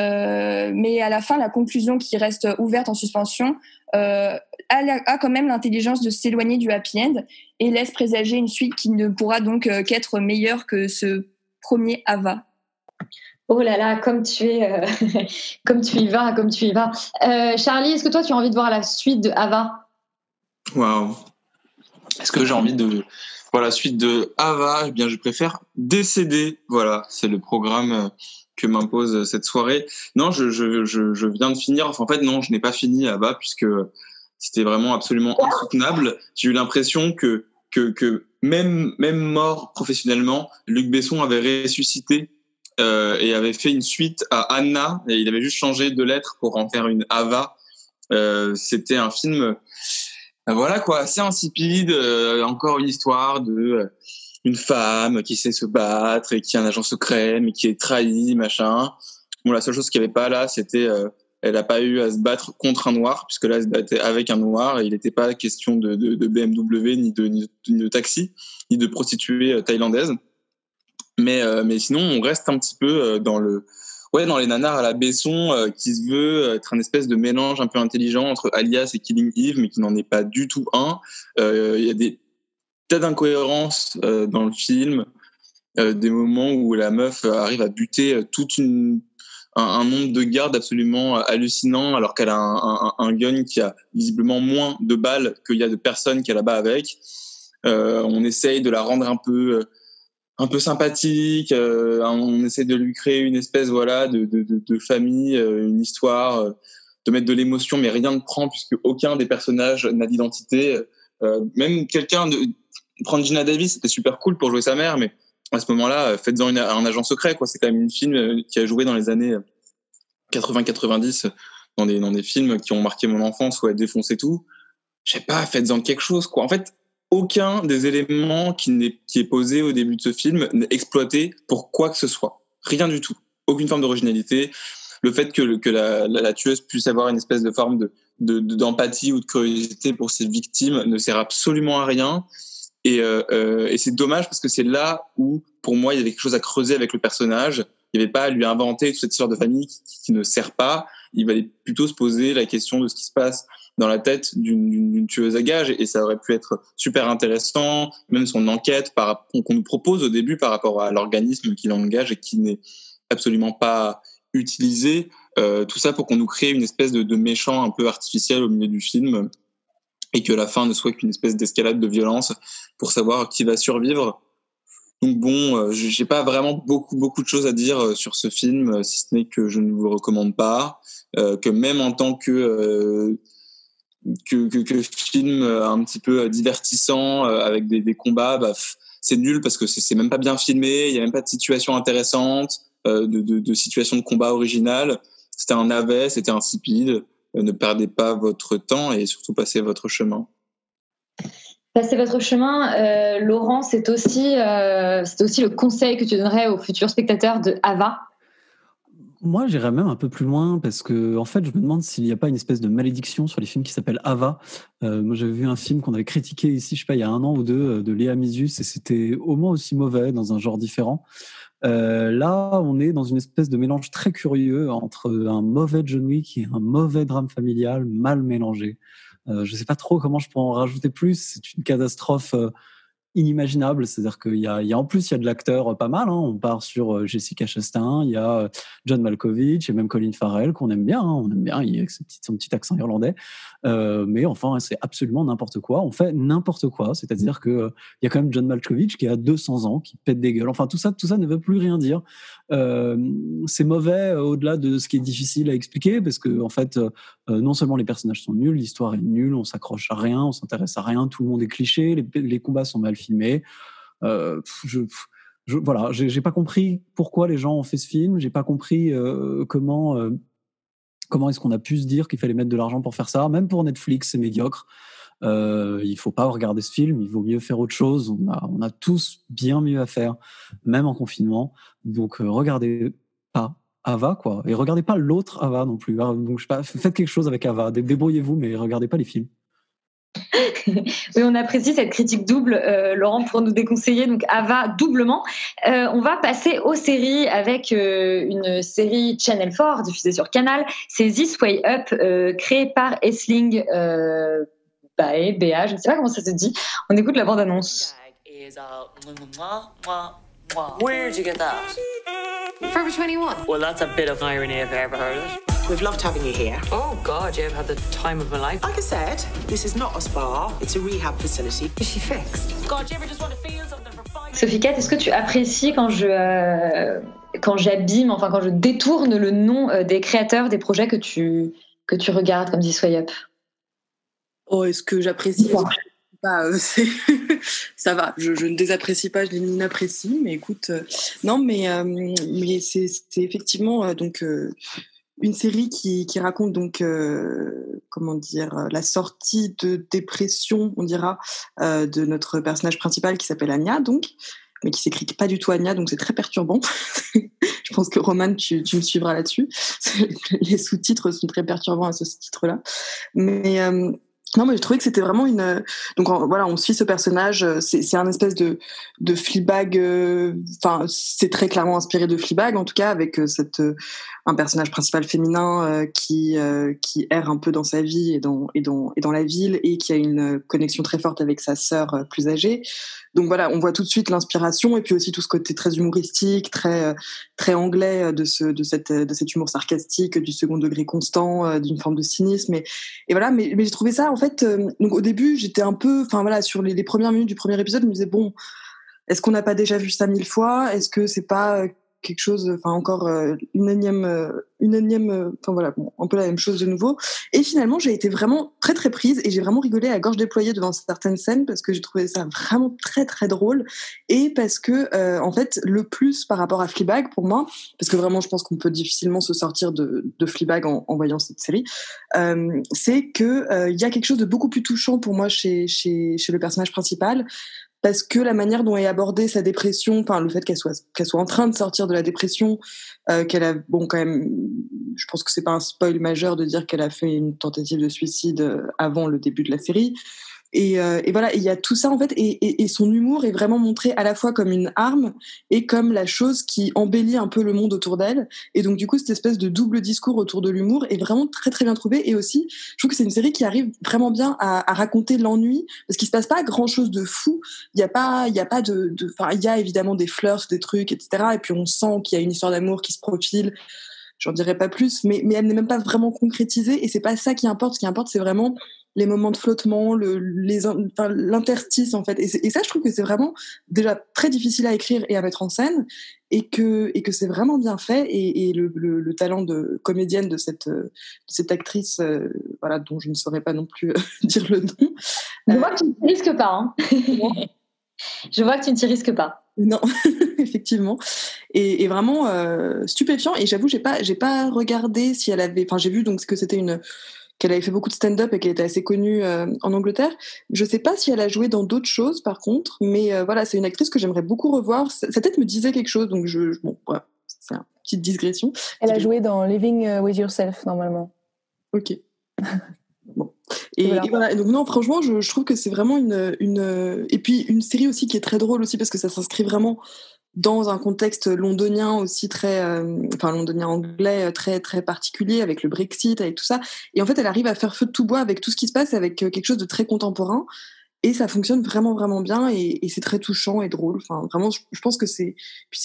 Mais à la fin, la conclusion qui reste ouverte en suspension a quand même l'intelligence de s'éloigner du happy end et laisse présager une suite qui ne pourra donc qu'être meilleure que ce premier Ava. Oh là là, comme tu es, comme tu y vas. Charlie, est-ce que toi, tu as envie de voir la suite de Ava? Waouh. Est-ce que j'ai envie de voir la suite de Ava? Eh bien, je préfère décéder. Voilà, c'est le programme que m'impose cette soirée. Non, je viens de finir. Enfin, en fait, non, je n'ai pas fini Ava puisque c'était vraiment absolument insoutenable. J'ai eu l'impression que même mort professionnellement, Luc Besson avait ressuscité et avait fait une suite à Anna, et il avait juste changé de lettre pour en faire une Ava. C'était un film, voilà quoi, assez insipide. Encore une histoire de une femme qui sait se battre et qui est un agent secret, mais qui est trahi, machin. Bon, la seule chose qu'il n'y avait pas là, c'était elle n'a pas eu à se battre contre un noir, puisque là, elle se battait avec un noir, et il n'était pas question de BMW, ni de taxi, ni de prostituée thaïlandaise. Mais sinon, on reste un petit peu dans les nanars à la Besson, qui se veut être un espèce de mélange un peu intelligent entre Alias et Killing Eve, mais qui n'en est pas du tout un. Il y a des tas d'incohérences dans le film, des moments où la meuf arrive à buter un nombre de gardes absolument hallucinant, alors qu'elle a un gun qui a visiblement moins de balles qu'il y a de personnes qu'elle abat avec. On essaye de la rendre un peu sympathique, on essaie de lui créer une espèce de famille, une histoire, de mettre de l'émotion, mais rien ne prend puisque aucun des personnages n'a d'identité. Même prendre Gina Davis, c'était super cool pour jouer sa mère, mais à ce moment-là, faites-en un agent secret, quoi. C'est quand même une fille qui a joué dans les années 80-90 dans des films qui ont marqué mon enfance où elle défonçait tout. Je sais pas, faites-en quelque chose, quoi. En fait, aucun des éléments qui est posé au début de ce film n'est exploité pour quoi que ce soit. Rien du tout. Aucune forme d'originalité. Le fait que la tueuse puisse avoir une espèce de forme d'empathie ou de curiosité pour ses victimes ne sert absolument à rien. Et c'est dommage parce que c'est là où, pour moi, il y avait quelque chose à creuser avec le personnage. Il n'y avait pas à lui inventer toute cette histoire de famille qui ne sert pas. Il valait plutôt se poser la question de ce qui se passe dans la tête d'une tueuse à gages, et ça aurait pu être super intéressant, même son enquête qu'on nous propose au début par rapport à l'organisme qui l'engage et qui n'est absolument pas utilisé. Tout ça pour qu'on nous crée une espèce de méchant un peu artificiel au milieu du film et que la fin ne soit qu'une espèce d'escalade de violence pour savoir qui va survivre. Donc bon, j'ai pas vraiment beaucoup de choses à dire sur ce film, si ce n'est que je ne vous le recommande pas, que même en tant que film un petit peu divertissant avec des combats, c'est nul parce que c'est même pas bien filmé, il y a même pas de situation intéressante, de situation de combat originale. C'était un navet, c'était insipide. Ne perdez pas votre temps et surtout passez votre chemin. Passez votre chemin, Laurent, c'est aussi le conseil que tu donnerais aux futurs spectateurs de Ava. Moi, j'irais même un peu plus loin parce que, en fait, je me demande s'il n'y a pas une espèce de malédiction sur les films qui s'appelle Ava. Moi, j'avais vu un film qu'on avait critiqué ici, je sais pas, il y a 1 an ou 2, de Léa Misus, et c'était au moins aussi mauvais dans un genre différent. Là, on est dans une espèce de mélange très curieux entre un mauvais John Wick et un mauvais drame familial mal mélangé. Je sais pas trop comment je pourrais en rajouter plus. C'est une catastrophe inimaginable, c'est-à-dire qu'il y a en plus il y a de l'acteur pas mal, hein. On part sur Jessica Chastain, il y a John Malkovich et même Colin Farrell qu'on aime bien, hein. On aime bien, il y a son petit accent irlandais, mais enfin c'est absolument n'importe quoi, on fait n'importe quoi, c'est-à-dire que il y a quand même John Malkovich qui a 200 ans, qui pète des gueules, enfin tout ça ne veut plus rien dire. C'est mauvais au-delà de ce qui est difficile à expliquer parce que en fait non seulement les personnages sont nuls, l'histoire est nulle, on s'accroche à rien, on s'intéresse à rien, tout le monde est cliché, les combats sont mal filmés. Voilà, j'ai pas compris pourquoi les gens ont fait ce film, j'ai pas compris comment est-ce qu'on a pu se dire qu'il fallait mettre de l'argent pour faire ça, même pour Netflix c'est médiocre. Il faut pas regarder ce film, il vaut mieux faire autre chose. On a tous bien mieux à faire, même en confinement. Donc regardez pas Ava, quoi, et regardez pas l'autre Ava non plus. Donc je sais pas, faites quelque chose avec Ava, débrouillez-vous, mais regardez pas les films. Oui, on apprécie cette critique double, Laurent, pour nous déconseiller donc Ava doublement. On va passer aux séries avec une série Channel 4 diffusée sur Canal. C'est This Way Up, créée par Aisling Bea, je ne sais pas comment ça se dit. On écoute la bande-annonce. Where'd you get that? Forever 21. Well, that's a bit of irony if I ever heard it. We've loved having you here. Oh, God, you've had the time of my life. Like I said, this is not a spa, it's a rehab facility. Is she fixed? God, you ever just want to feel something for 5 Sophie Cat, est-ce que tu apprécies quand j'abîme, enfin quand je détourne le nom des créateurs des projets que tu regardes comme This Way Up? Oh, est-ce que j'apprécie? Ça va, je ne désapprécie pas, je n'apprécie, mais écoute, non, mais c'est effectivement donc une série qui raconte donc comment dire la sortie de dépression, on dira, de notre personnage principal qui s'appelle Anya, donc, mais qui s'écrit pas du tout Anya, donc c'est très perturbant. Je pense que Romane, tu me suivras là-dessus. Les sous-titres sont très perturbants à ce titre-là, mais non, mais j'ai trouvé que c'était vraiment donc voilà, on suit ce personnage. C'est un espèce de Fleabag. Enfin, c'est très clairement inspiré de Fleabag, en tout cas, avec un personnage principal féminin qui erre un peu dans sa vie et dans la ville, et qui a une connexion très forte avec sa sœur plus âgée. Donc voilà, on voit tout de suite l'inspiration, et puis aussi tout ce côté très humoristique, très anglais de cet humour sarcastique, du second degré constant, d'une forme de cynisme, et voilà. Mais j'ai trouvé ça, en fait, donc au début j'étais un peu, enfin voilà, sur les premières minutes du premier épisode, je me disais bon, est-ce qu'on n'a pas déjà vu ça 1000 fois? Est-ce que c'est pas quelque chose, enfin encore une énième, enfin voilà, bon, un peu la même chose de nouveau. Et finalement, j'ai été vraiment très très prise, et j'ai vraiment rigolé à gorge déployée devant certaines scènes, parce que j'ai trouvé ça vraiment très très drôle, et parce que en fait, le plus par rapport à Fleabag pour moi, parce que vraiment je pense qu'on peut difficilement se sortir de Fleabag en voyant cette série, c'est que il y a quelque chose de beaucoup plus touchant pour moi chez le personnage principal, parce que la manière dont est abordée sa dépression, enfin le fait qu'elle soit en train de sortir de la dépression, qu'elle a, bon, quand même, je pense que c'est pas un spoil majeur de dire qu'elle a fait une tentative de suicide avant le début de la série. Et voilà, il y a tout ça en fait, et son humour est vraiment montré à la fois comme une arme et comme la chose qui embellit un peu le monde autour d'elle. Et donc du coup, cette espèce de double discours autour de l'humour est vraiment très très bien trouvé. Et aussi, je trouve que c'est une série qui arrive vraiment bien à raconter l'ennui, parce qu'il se passe pas grand chose de fou. Il y a pas enfin, il y a évidemment des flirts, des trucs, etc. Et puis on sent qu'il y a une histoire d'amour qui se profile. j'en dirai pas plus, mais elle n'est même pas vraiment concrétisée, et c'est pas ça qui importe. Ce qui importe, c'est vraiment les moments de flottement, l'interstice, en fait. Et ça, je trouve que c'est vraiment déjà très difficile à écrire et à mettre en scène, et que c'est vraiment bien fait, et le talent de comédienne de cette actrice, voilà, dont je ne saurais pas non plus dire le nom. Je vois que tu ne t'y risques pas, hein. Je vois que tu ne t'y risques pas. Non, effectivement. Et vraiment stupéfiant. Et j'avoue, j'ai pas regardé si elle avait. Enfin, j'ai vu donc que c'était qu'elle avait fait beaucoup de stand-up et qu'elle était assez connue en Angleterre. Je sais pas si elle a joué dans d'autres choses, par contre. Mais voilà, c'est une actrice que j'aimerais beaucoup revoir. Sa tête me disait quelque chose, donc bon, voilà, c'est une petite digression. Elle a joué dans Living with Yourself, normalement. Ok. Bon. Et voilà. Et donc non, franchement, je trouve que c'est vraiment et puis une série aussi qui est très drôle aussi, parce que ça s'inscrit vraiment dans un contexte londonien aussi londonien anglais très très particulier, avec le Brexit, avec tout ça. Et en fait, elle arrive à faire feu de tout bois avec tout ce qui se passe, avec quelque chose de très contemporain. Et ça fonctionne vraiment vraiment bien, et c'est très touchant et drôle. Enfin, vraiment, je pense que c'est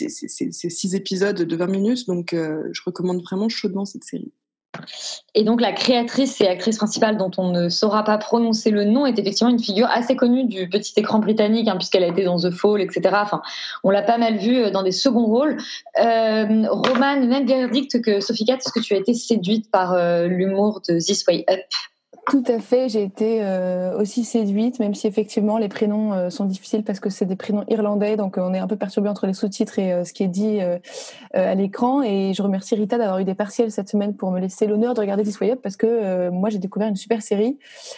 6 épisodes de 20 minutes, donc je recommande vraiment chaudement cette série. Et donc la créatrice et actrice principale, dont on ne saura pas prononcer le nom, est effectivement une figure assez connue du petit écran britannique, hein, puisqu'elle a été dans The Fall, etc. Enfin, on l'a pas mal vue dans des seconds rôles. Romane, même verdict que Sophie Catt, est-ce que tu as été séduite par l'humour de This Way Up ? Tout à fait, j'ai été aussi séduite, même si effectivement les prénoms sont difficiles parce que c'est des prénoms irlandais, donc on est un peu perturbé entre les sous-titres et ce qui est dit à l'écran. Et je remercie Rita d'avoir eu des partiels cette semaine pour me laisser l'honneur de regarder This Way Up, parce que moi j'ai découvert une super série.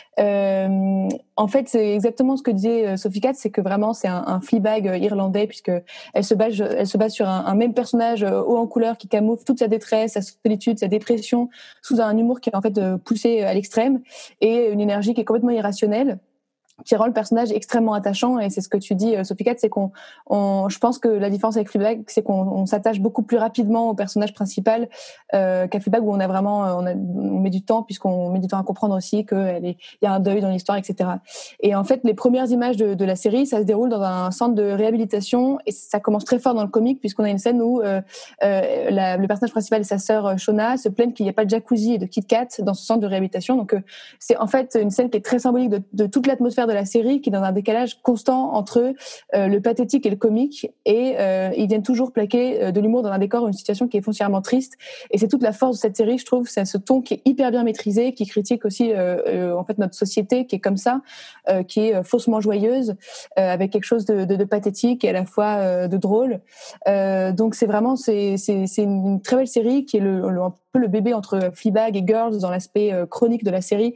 En fait, c'est exactement ce que disait Sophie Catt, c'est que vraiment c'est un Fleabag irlandais, puisque elle se base sur un même personnage haut en couleur qui camoufle toute sa détresse, sa solitude, sa dépression, sous un humour qui est en fait poussé à l'extrême, et une énergie qui est complètement irrationnelle, qui rend le personnage extrêmement attachant. Et c'est ce que tu dis, Sophie Catt, c'est je pense que la différence avec Fleabag, c'est qu'on s'attache beaucoup plus rapidement au personnage principal qu'à Fleabag, où on met du temps, puisqu'on met du temps à comprendre aussi qu'il y a un deuil dans l'histoire, etc. Et en fait, les premières images de la série, ça se déroule dans un centre de réhabilitation, et ça commence très fort dans le comique, puisqu'on a une scène où le personnage principal et sa sœur Shona se plaignent qu'il n'y a pas de jacuzzi et de Kit Kat dans ce centre de réhabilitation. Donc c'est en fait une scène qui est très symbolique de toute l'atmosphère de la série, qui est dans un décalage constant entre le pathétique et le comique, et ils viennent toujours plaquer de l'humour dans un décor, une situation qui est foncièrement triste. Et c'est toute la force de cette série, je trouve, c'est ce ton qui est hyper bien maîtrisé, qui critique aussi en fait notre société qui est comme ça, qui est faussement joyeuse, avec quelque chose de pathétique et à la fois de drôle. Donc c'est vraiment c'est une très belle série qui est un peu le bébé entre Fleabag et Girls dans l'aspect chronique de la série.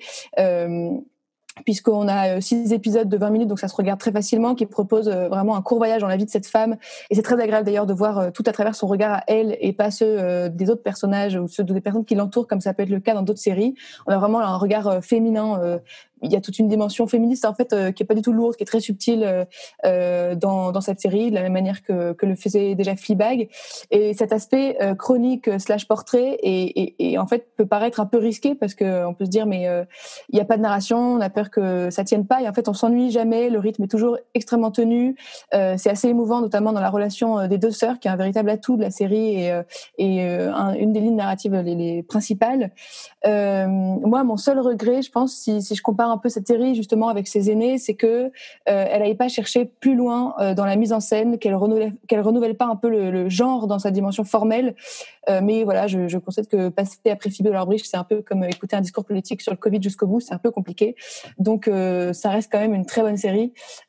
Puisqu'on a 6 épisodes de 20 minutes, donc ça se regarde très facilement, qui propose vraiment un court voyage dans la vie de cette femme. Et c'est très agréable d'ailleurs de voir tout à travers son regard à elle, et pas ceux des autres personnages ou ceux des personnes qui l'entourent, comme ça peut être le cas dans d'autres séries. On a vraiment un regard féminin. Il y a toute une dimension féministe en fait qui est pas du tout lourde, qui est très subtile dans cette série, de la même manière que le faisait déjà Fleabag. Et cet aspect chronique / portrait et en fait peut paraître un peu risqué, parce que on peut se dire mais il y a pas de narration, on a peur que ça tienne pas, et en fait on s'ennuie jamais, le rythme est toujours extrêmement tenu. C'est assez émouvant, notamment dans la relation des deux sœurs, qui est un véritable atout de la série et une des lignes narratives les principales. Moi, mon seul regret, je pense, si je compare un peu cette série justement avec ses aînés, c'est que elle n'aille pas chercher plus loin dans la mise en scène, qu'elle renouvelle pas un peu le genre dans sa dimension formelle. Mais voilà, je constate que passer après Phoebe Waller-Bridge, c'est un peu comme écouter un discours politique sur le Covid jusqu'au bout, c'est un peu compliqué. Donc ça reste quand même une très bonne série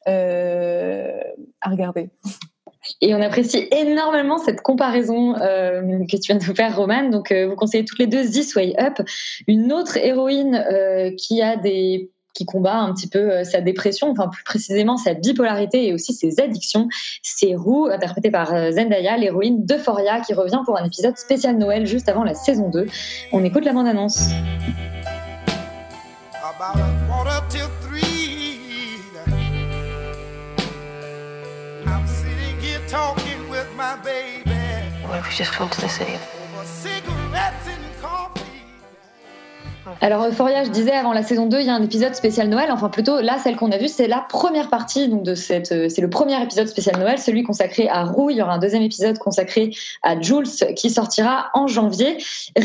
à regarder. Et on apprécie énormément cette comparaison que tu viens de nous faire, Romane. Donc, vous conseillez toutes les deux This Way Up. Une autre héroïne qui combat un petit peu sa dépression, enfin plus précisément sa bipolarité et aussi ses addictions, c'est Rue, interprétée par Zendaya, l'héroïne d'Euphoria, qui revient pour un épisode spécial Noël juste avant la saison 2. On écoute la bande-annonce. About a 2:45, I'm sitting here talking with my baby. What if we just went to the city? Over cigarettes and coffee. Alors Euphoria, je disais avant la saison 2, il y a un épisode spécial Noël, enfin plutôt là, celle qu'on a vue, c'est la première partie donc c'est le premier épisode spécial Noël, celui consacré à Roux. Il y aura un deuxième épisode consacré à Jules qui sortira en janvier.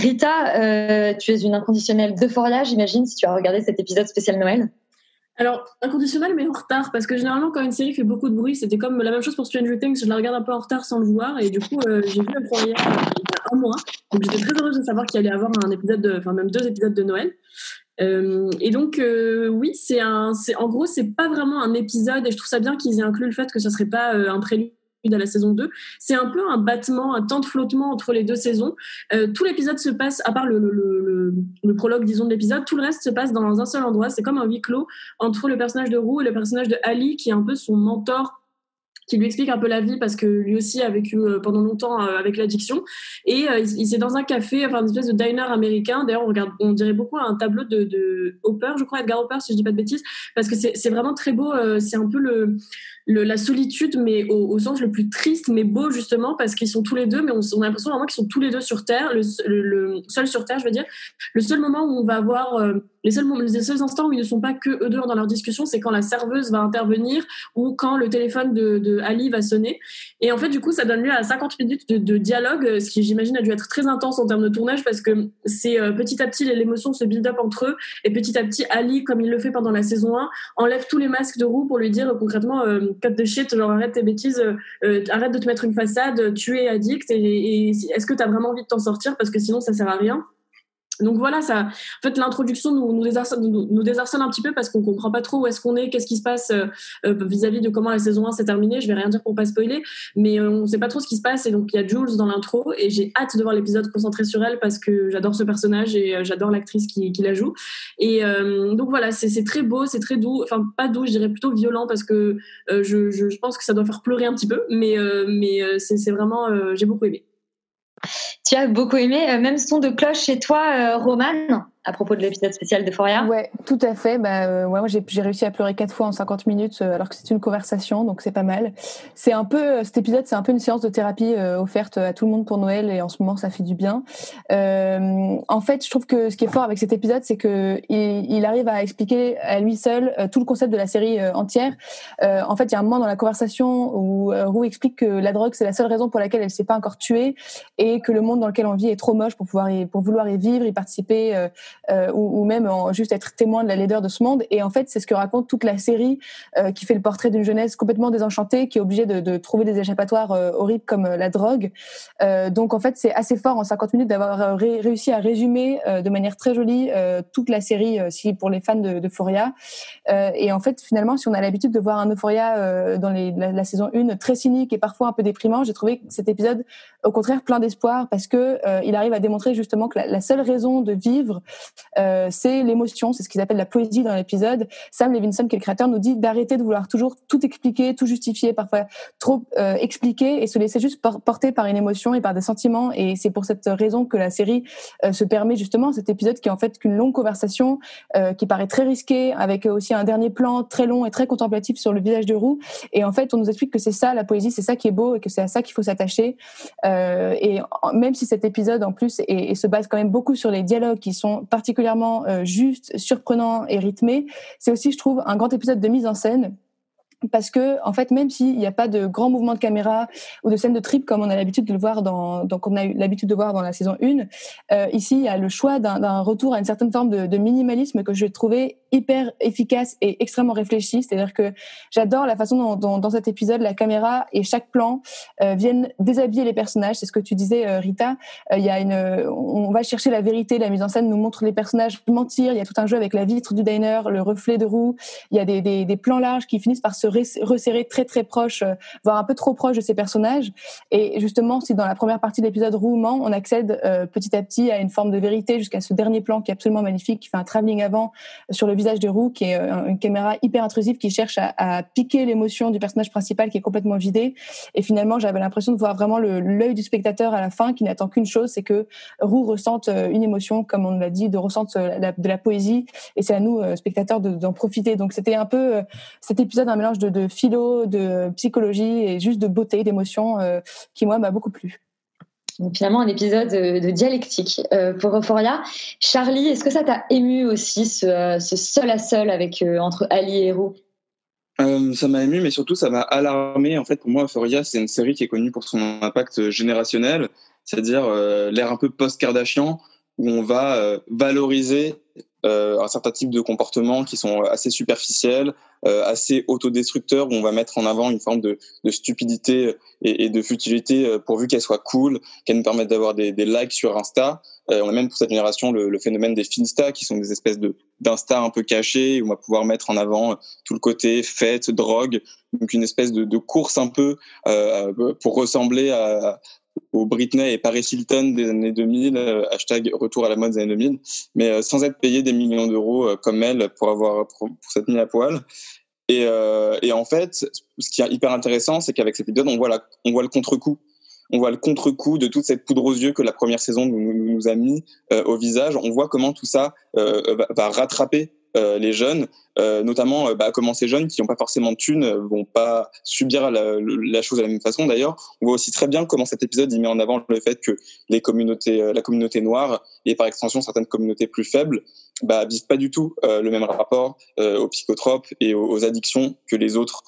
Rita, tu es une inconditionnelle d'Euphoria, j'imagine, si tu as regardé cet épisode spécial Noël. Alors, inconditionnel, mais en retard, parce que généralement, quand une série fait beaucoup de bruit, c'était comme la même chose pour Stranger Things, je la regarde un peu en retard sans le vouloir, et du coup, j'ai vu Euphoria il y a un mois, donc j'étais très heureuse de savoir qu'il allait y avoir un épisode, enfin même 2 épisodes de Noël. Et donc, oui, en gros, c'est pas vraiment un épisode, et je trouve ça bien qu'ils aient inclus le fait que ça serait pas un prélude à la saison 2. C'est un peu un battement, un temps de flottement entre les 2 saisons. Tout l'épisode se passe, à part le prologue, disons, de l'épisode, tout le reste se passe dans un seul endroit. C'est comme un huis clos entre le personnage de Roux et le personnage de Ali, qui est un peu son mentor, qui lui explique un peu la vie parce que lui aussi a vécu pendant longtemps avec l'addiction. Et c'est dans un café, enfin une espèce de diner américain. D'ailleurs, on dirait beaucoup un tableau de Hopper, je crois, Edgar Hopper, si je dis pas de bêtises, parce que c'est vraiment très beau. C'est un peu la solitude, mais au sens le plus triste, mais beau justement, parce qu'ils sont tous les deux, mais on a l'impression vraiment qu'ils sont tous les deux sur Terre, le seul sur Terre, je veux dire. Le seul moment où on va avoir les seuls instants où ils ne sont pas que eux deux dans leur discussion, c'est quand la serveuse va intervenir ou quand le téléphone de Ali va sonner. Et en fait, du coup, ça donne lieu à 50 minutes de dialogue, ce qui, j'imagine, a dû être très intense en termes de tournage, parce que c'est petit à petit, l'émotion se build up entre eux, et petit à petit, Ali, comme il le fait pendant la saison 1, enlève tous les masques de Roux pour lui dire concrètement cut the shit, genre arrête tes bêtises, arrête de te mettre une façade, tu es addict, et est-ce que tu as vraiment envie de t'en sortir, parce que sinon ça sert à rien. Donc voilà, ça, en fait, l'introduction nous désarçonne un petit peu parce qu'on comprend pas trop où est-ce qu'on est, qu'est-ce qui se passe vis-à-vis de comment la saison 1 s'est terminée. Je vais rien dire pour pas spoiler, mais on sait pas trop ce qui se passe. Et donc il y a Jules dans l'intro et j'ai hâte de voir l'épisode concentré sur elle parce que j'adore ce personnage et j'adore l'actrice qui la joue. Et donc voilà, c'est très beau, c'est très doux, enfin pas doux, je dirais plutôt violent parce que je pense que ça doit faire pleurer un petit peu, mais c'est vraiment, j'ai beaucoup aimé. Tu as beaucoup aimé, même son de cloche chez toi, Romane, à propos de l'épisode spécial d'Euphoria. Ouais, tout à fait. Moi, j'ai réussi à pleurer 4 fois en 50 minutes, alors que c'est une conversation, donc c'est pas mal. Cet épisode, c'est un peu une séance de thérapie offerte à tout le monde pour Noël, et en ce moment, ça fait du bien. En fait, je trouve que ce qui est fort avec cet épisode, c'est que il arrive à expliquer à lui seul tout le concept de la série entière. En fait, il y a un moment dans la conversation où Roux explique que la drogue, c'est la seule raison pour laquelle elle s'est pas encore tuée, et que le monde dans lequel on vit est trop moche pour vouloir y vivre, y participer, ou même juste être témoin de la laideur de ce monde. Et en fait, c'est ce que raconte toute la série, qui fait le portrait d'une jeunesse complètement désenchantée, qui est obligée de trouver des échappatoires horribles comme la drogue. Donc en fait, c'est assez fort en 50 minutes d'avoir réussi à résumer de manière très jolie toute la série, pour les fans d'Euphoria. Et en fait, finalement, si on a l'habitude de voir un Euphoria dans la saison 1 très cynique et parfois un peu déprimant, j'ai trouvé cet épisode au contraire plein d'espoir, parce que il arrive à démontrer justement que la seule raison de vivre, c'est l'émotion, c'est ce qu'ils appellent la poésie dans l'épisode. Sam Levinson, qui est le créateur, nous dit d'arrêter de vouloir toujours tout expliquer, tout justifier, parfois trop expliquer, et se laisser juste porter par une émotion et par des sentiments. Et c'est pour cette raison que la série se permet justement cet épisode qui est en fait qu'une longue conversation qui paraît très risquée, avec aussi un dernier plan très long et très contemplatif sur le visage de Roux. Et en fait, on nous explique que c'est ça la poésie, c'est ça qui est beau, et que c'est à ça qu'il faut s'attacher. Et même si cet épisode en plus se base quand même beaucoup sur les dialogues qui sont particulièrement justes, surprenants et rythmés, c'est aussi, je trouve, un grand épisode de mise en scène. Parce que, en fait, même s'il n'y a pas de grands mouvements de caméra ou de scènes de trip comme on a l'habitude de le voir qu'on a eu l'habitude de voir dans la saison 1, ici, il y a le choix d'un retour à une certaine forme de minimalisme que je trouvais hyper efficace et extrêmement réfléchi. C'est-à-dire que j'adore la façon dont dans cet épisode, la caméra et chaque plan viennent déshabiller les personnages. C'est ce que tu disais, Rita. On va chercher la vérité. La mise en scène nous montre les personnages mentir. Il y a tout un jeu avec la vitre du diner, le reflet de Roux. Il y a des plans larges qui finissent par se resserrer très très proche, voire un peu trop proche de ces personnages. Et justement, si dans la première partie de l'épisode Roux ment, on accède petit à petit à une forme de vérité jusqu'à ce dernier plan qui est absolument magnifique, qui fait un travelling avant sur le visage de Roux, qui est une caméra hyper intrusive qui cherche à piquer l'émotion du personnage principal qui est complètement vidé. Et finalement, j'avais l'impression de voir vraiment l'œil du spectateur à la fin, qui n'attend qu'une chose, c'est que Roux ressente une émotion, comme on l'a dit, ressente de la poésie, et c'est à nous, spectateurs, d'en profiter. Donc c'était un peu cet épisode, un mélange de philo, de psychologie et juste de beauté, d'émotion, qui moi m'a beaucoup plu. Donc, finalement, un épisode de dialectique pour Euphoria. Charlie, est-ce que ça t'a ému aussi, ce seul à seul entre Ali et Roux? Ça m'a ému, mais surtout ça m'a alarmé. En fait, pour moi, Euphoria, c'est une série qui est connue pour son impact générationnel, c'est-à-dire l'ère un peu post-Kardashian, où on va valoriser un certain type de comportements qui sont assez superficiels, assez autodestructeurs, où on va mettre en avant une forme de stupidité et de futilité pourvu qu'elle soit cool, qu'elle nous permette d'avoir des likes sur Insta. On a même pour cette génération le phénomène des Finsta, qui sont des espèces d'Insta un peu cachés, où on va pouvoir mettre en avant tout le côté fête, drogue, donc une espèce de course un peu pour ressembler au Britney et Paris Hilton des années 2000, hashtag retour à la mode des années 2000, mais sans être payé des millions d'euros comme elle pour s'être mis à poil. Et en fait, ce qui est hyper intéressant, c'est qu'avec cet épisode, on voit le contre-coup. On voit le contre-coup de toute cette poudre aux yeux que la première saison nous a mis au visage. On voit comment tout ça va rattraper les jeunes, notamment comment ces jeunes qui n'ont pas forcément de thunes vont pas subir la chose de la même façon. D'ailleurs, on voit aussi très bien comment cet épisode il met en avant le fait que la communauté noire et par extension certaines communautés plus faibles vivent pas du tout le même rapport aux psychotropes et aux addictions que les autres.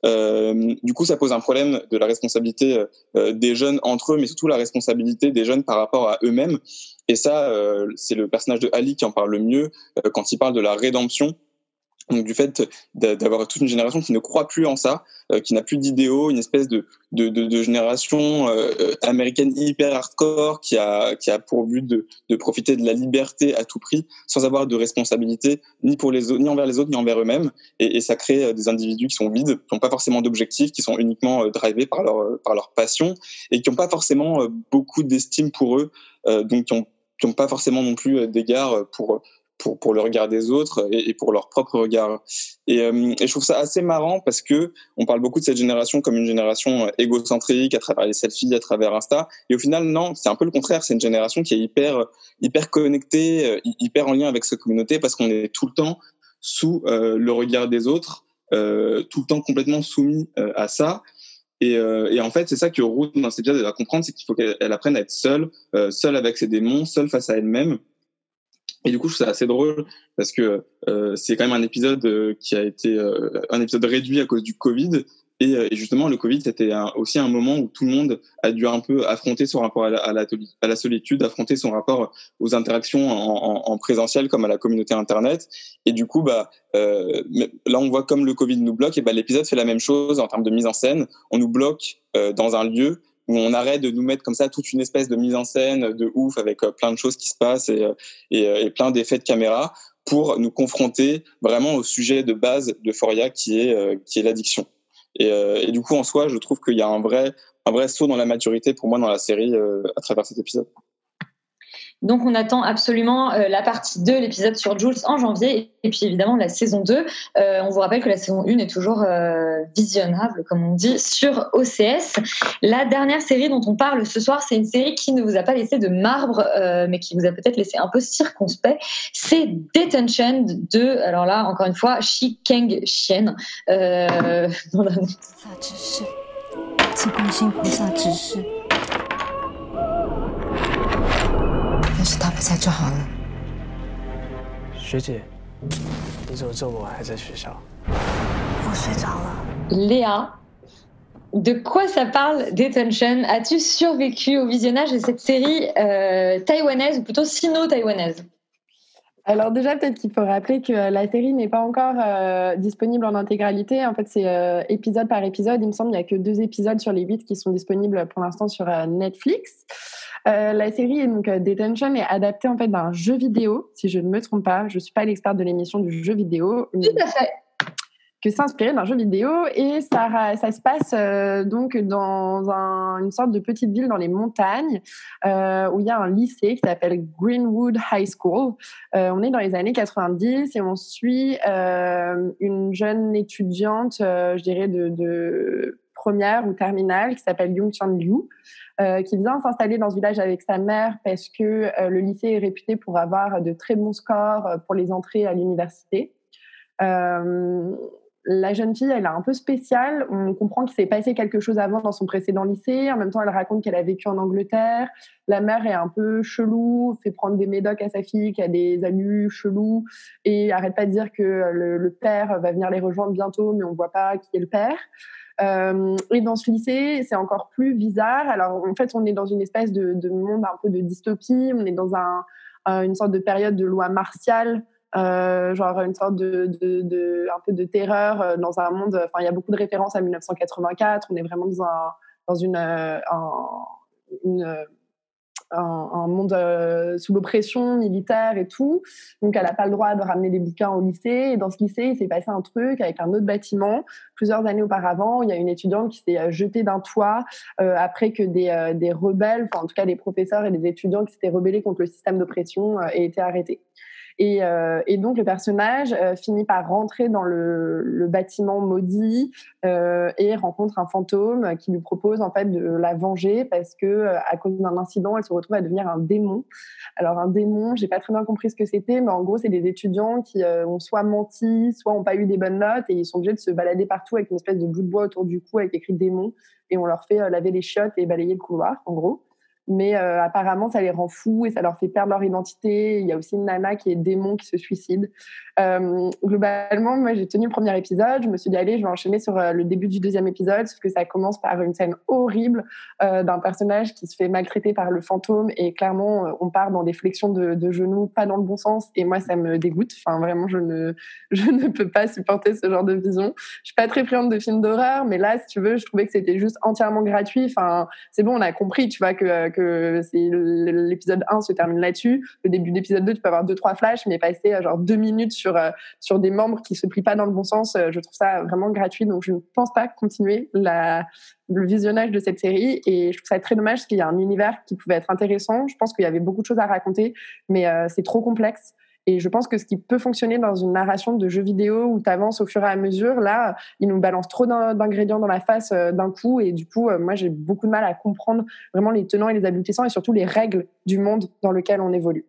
Du coup, ça pose un problème de la responsabilité des jeunes entre eux, mais surtout la responsabilité des jeunes par rapport à eux-mêmes. Et ça, c'est le personnage de Ali qui en parle le mieux quand il parle de la rédemption. Donc du fait d'avoir toute une génération qui ne croit plus en ça, qui n'a plus d'idéaux, une espèce de génération américaine hyper hardcore qui a pour but de profiter de la liberté à tout prix, sans avoir de responsabilité ni pour les autres, ni envers les autres, ni envers eux-mêmes. Et ça crée des individus qui sont vides, qui n'ont pas forcément d'objectifs, qui sont uniquement drivés par leur passion et qui n'ont pas forcément beaucoup d'estime pour eux, donc qui n'ont pas forcément non plus d'égard pour le regard des autres et pour leur propre regard. Et je trouve ça assez marrant parce que on parle beaucoup de cette génération comme une génération égocentrique à travers les selfies, à travers Insta. Et au final, non, c'est un peu le contraire. C'est une génération qui est hyper connectée, hyper en lien avec sa communauté parce qu'on est tout le temps sous le regard des autres, tout le temps complètement soumis à ça. Et en fait, c'est ça que Ruth, dans cet épisode, elle va comprendre, c'est qu'il faut qu'elle apprenne à être seule avec ses démons, seule face à elle-même. Et du coup, je trouve ça assez drôle parce que c'est quand même un épisode qui a été un épisode réduit à cause du Covid. Et justement, le Covid, c'était aussi un moment où tout le monde a dû un peu affronter son rapport à la solitude, affronter son rapport aux interactions en présentiel comme à la communauté Internet. Et du coup, là, on voit comme le Covid nous bloque. Et l'épisode fait la même chose en termes de mise en scène. On nous bloque dans un lieu où on arrête de nous mettre comme ça toute une espèce de mise en scène de ouf avec plein de choses qui se passent et plein d'effets de caméra pour nous confronter vraiment au sujet de base d'Euphoria qui est l'addiction. Et du coup, en soi, je trouve qu'il y a un vrai saut dans la maturité pour moi dans la série à travers cet épisode. Donc, on attend absolument la partie 2, l'épisode sur Jules en janvier, et puis évidemment la saison 2. On vous rappelle que la saison 1 est toujours visionnable, comme on dit, sur OCS. La dernière série dont on parle ce soir, c'est une série qui ne vous a pas laissé de marbre, mais qui vous a peut-être laissé un peu circonspect. C'est Detention de, alors là, encore une fois, Shi Kang Xian. Dans l'annonce. 要是他不在就好了。 学姐，你怎么这么晚还在学校？ 我睡着了。 Léa, de quoi ça parle Detention? As-tu survécu au visionnage de cette série taïwanaise, ou plutôt sino-taïwanaise? Alors déjà, peut-être qu'il faut rappeler que la série n'est pas encore disponible en intégralité. En fait, c'est épisode par épisode. Il me semble qu'il n'y a que 2 épisodes sur les 8 qui sont disponibles pour l'instant sur Netflix. La série, donc Detention, est adaptée en fait d'un jeu vidéo, si je ne me trompe pas. Je ne suis pas l'experte de l'émission du jeu vidéo. Tout à fait. Que c'est inspiré d'un jeu vidéo et ça se passe donc dans une sorte de petite ville dans les montagnes où il y a un lycée qui s'appelle Greenwood High School. On est dans les années 90 et on suit une jeune étudiante, je dirais de première ou terminale, qui s'appelle Young Chan Liu, qui vient s'installer dans ce village avec sa mère parce que le lycée est réputé pour avoir de très bons scores pour les entrées à l'université. la jeune fille, elle est un peu spéciale. On comprend qu'il s'est passé quelque chose avant dans son précédent lycée. En même temps, elle raconte qu'elle a vécu en Angleterre. La mère est un peu chelou, fait prendre des médocs à sa fille qui a des allus chelous et arrête pas de dire que le père va venir les rejoindre bientôt, mais on voit pas qui est le père. Et dans ce lycée, c'est encore plus bizarre. Alors, en fait, on est dans une espèce de monde un peu de dystopie. On est dans une sorte de période de loi martiale. Genre une sorte un peu de terreur dans un monde. Enfin, il y a beaucoup de références à 1984. On est vraiment un monde sous l'oppression militaire et tout. Donc, elle n'a pas le droit de ramener des bouquins au lycée. Et dans ce lycée, il s'est passé un truc avec un autre bâtiment. Plusieurs années auparavant, il y a une étudiante qui s'est jetée d'un toit après que des rebelles, enfin en tout cas des professeurs et des étudiants qui s'étaient rebellés contre le système d'oppression aient été arrêtés. Et donc, le personnage finit par rentrer dans le bâtiment maudit et rencontre un fantôme qui lui propose en fait de la venger parce que à cause d'un incident, elle se retrouve à devenir un démon. Alors, un démon, j'ai pas très bien compris ce que c'était, mais en gros, c'est des étudiants qui ont soit menti, soit ont pas eu des bonnes notes et ils sont obligés de se balader partout avec une espèce de bout de bois autour du cou avec écrit démon et on leur fait laver les chiottes et balayer le couloir, en gros. Mais apparemment, ça les rend fous et ça leur fait perdre leur identité. Il y a aussi une nana qui est démon qui se suicide. Globalement, moi, j'ai tenu le premier épisode. Je me suis dit, allez, je vais enchaîner sur le début du deuxième épisode, sauf que ça commence par une scène horrible d'un personnage qui se fait maltraiter par le fantôme. Et clairement, on part dans des flexions de genoux, pas dans le bon sens. Et moi, ça me dégoûte. Enfin, vraiment, je ne peux pas supporter ce genre de vision. Je suis pas très friande de films d'horreur, mais là, si tu veux, je trouvais que c'était juste entièrement gratuit. Enfin, c'est bon, on a compris, tu vois, que l'épisode 1 se termine là-dessus. Le début de l'épisode 2, tu peux avoir 2-3 flashs, mais passer genre 2 minutes sur des membres qui se plient pas dans le bon sens, je trouve ça vraiment gratuit. Donc, je ne pense pas continuer le visionnage de cette série. Et je trouve ça très dommage parce qu'il y a un univers qui pouvait être intéressant. Je pense qu'il y avait beaucoup de choses à raconter, mais c'est trop complexe. Et je pense que ce qui peut fonctionner dans une narration de jeu vidéo où tu avances au fur et à mesure, là, il nous balance trop d'ingrédients dans la face d'un coup. Et du coup, moi, j'ai beaucoup de mal à comprendre vraiment les tenants et les aboutissants et surtout les règles du monde dans lequel on évolue.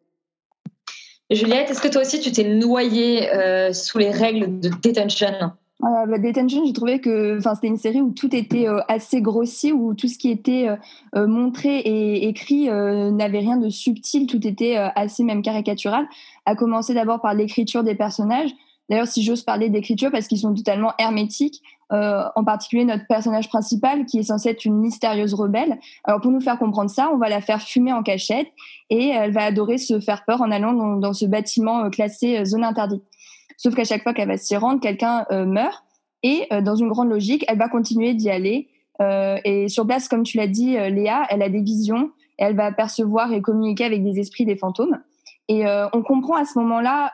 Juliette, est-ce que toi aussi, tu t'es noyée sous les règles de Detention ? Detention, j'ai trouvé que c'était une série où tout était assez grossier, où tout ce qui était montré et écrit n'avait rien de subtil, tout était assez même caricatural, à commencer d'abord par l'écriture des personnages. D'ailleurs, si j'ose parler d'écriture, parce qu'ils sont totalement hermétiques, en particulier notre personnage principal, qui est censé être une mystérieuse rebelle. Alors, pour nous faire comprendre ça, on va la faire fumer en cachette et elle va adorer se faire peur en allant dans ce bâtiment classé zone interdite. Sauf qu'à chaque fois qu'elle va s'y rendre, quelqu'un meurt. Et dans une grande logique, elle va continuer d'y aller. Et sur place, comme tu l'as dit, Léa, elle a des visions. Et elle va percevoir et communiquer avec des esprits, des fantômes. Et on comprend à ce moment-là,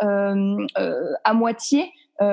à moitié,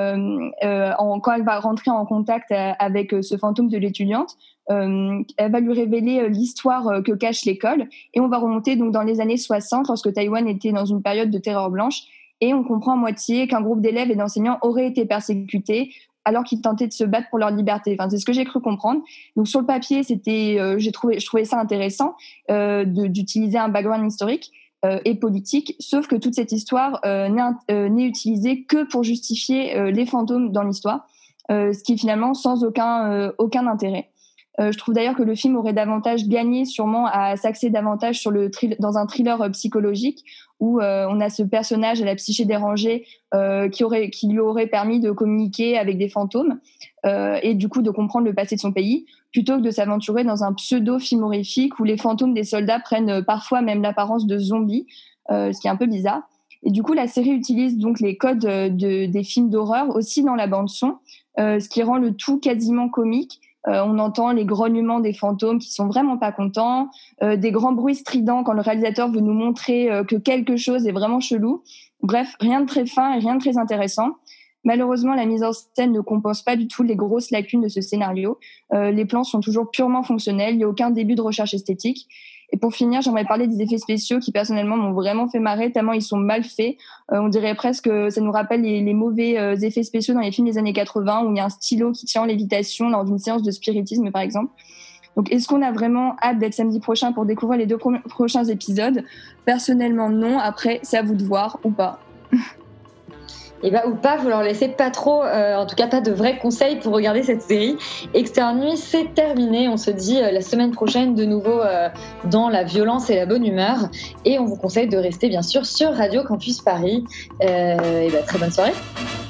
quand elle va rentrer en contact avec ce fantôme de l'étudiante, elle va lui révéler l'histoire que cache l'école. Et on va remonter donc dans les années 60, lorsque Taïwan était dans une période de terreur blanche. Et on comprend à moitié qu'un groupe d'élèves et d'enseignants auraient été persécutés alors qu'ils tentaient de se battre pour leur liberté. Enfin, c'est ce que j'ai cru comprendre. Donc sur le papier, je trouvais ça intéressant d'utiliser un background historique et politique, sauf que toute cette histoire n'est utilisée que pour justifier les fantômes dans l'histoire, ce qui est finalement sans aucun intérêt. Je trouve d'ailleurs que le film aurait davantage gagné sûrement à s'axer davantage dans un thriller psychologique où on a ce personnage à la psyché dérangée qui lui aurait permis de communiquer avec des fantômes et du coup de comprendre le passé de son pays, plutôt que de s'aventurer dans un pseudo-film horrifique où les fantômes des soldats prennent parfois même l'apparence de zombies, ce qui est un peu bizarre. Et du coup, la série utilise donc les codes des films d'horreur aussi dans la bande-son, ce qui rend le tout quasiment comique. On entend les grognements des fantômes qui sont vraiment pas contents, des grands bruits stridents quand le réalisateur veut nous montrer que quelque chose est vraiment chelou. Bref, rien de très fin et rien de très intéressant. Malheureusement, la mise en scène ne compense pas du tout les grosses lacunes de ce scénario. Les plans sont toujours purement fonctionnels, il n'y a aucun début de recherche esthétique. Et pour finir, j'aimerais parler des effets spéciaux qui personnellement m'ont vraiment fait marrer tellement ils sont mal faits. On dirait presque que ça nous rappelle les mauvais effets spéciaux dans les films des années 80 où il y a un stylo qui tient en lévitation lors d'une séance de spiritisme par exemple. Donc est-ce qu'on a vraiment hâte d'être samedi prochain pour découvrir les 2 prochains épisodes ? Personnellement non, après c'est à vous de voir ou pas. ou pas, vous leur laissez pas trop, en tout cas pas de vrais conseils pour regarder cette série. Externe Nuit, c'est terminé. On se dit la semaine prochaine de nouveau dans la violence et la bonne humeur. Et on vous conseille de rester bien sûr sur Radio Campus Paris. Très bonne soirée.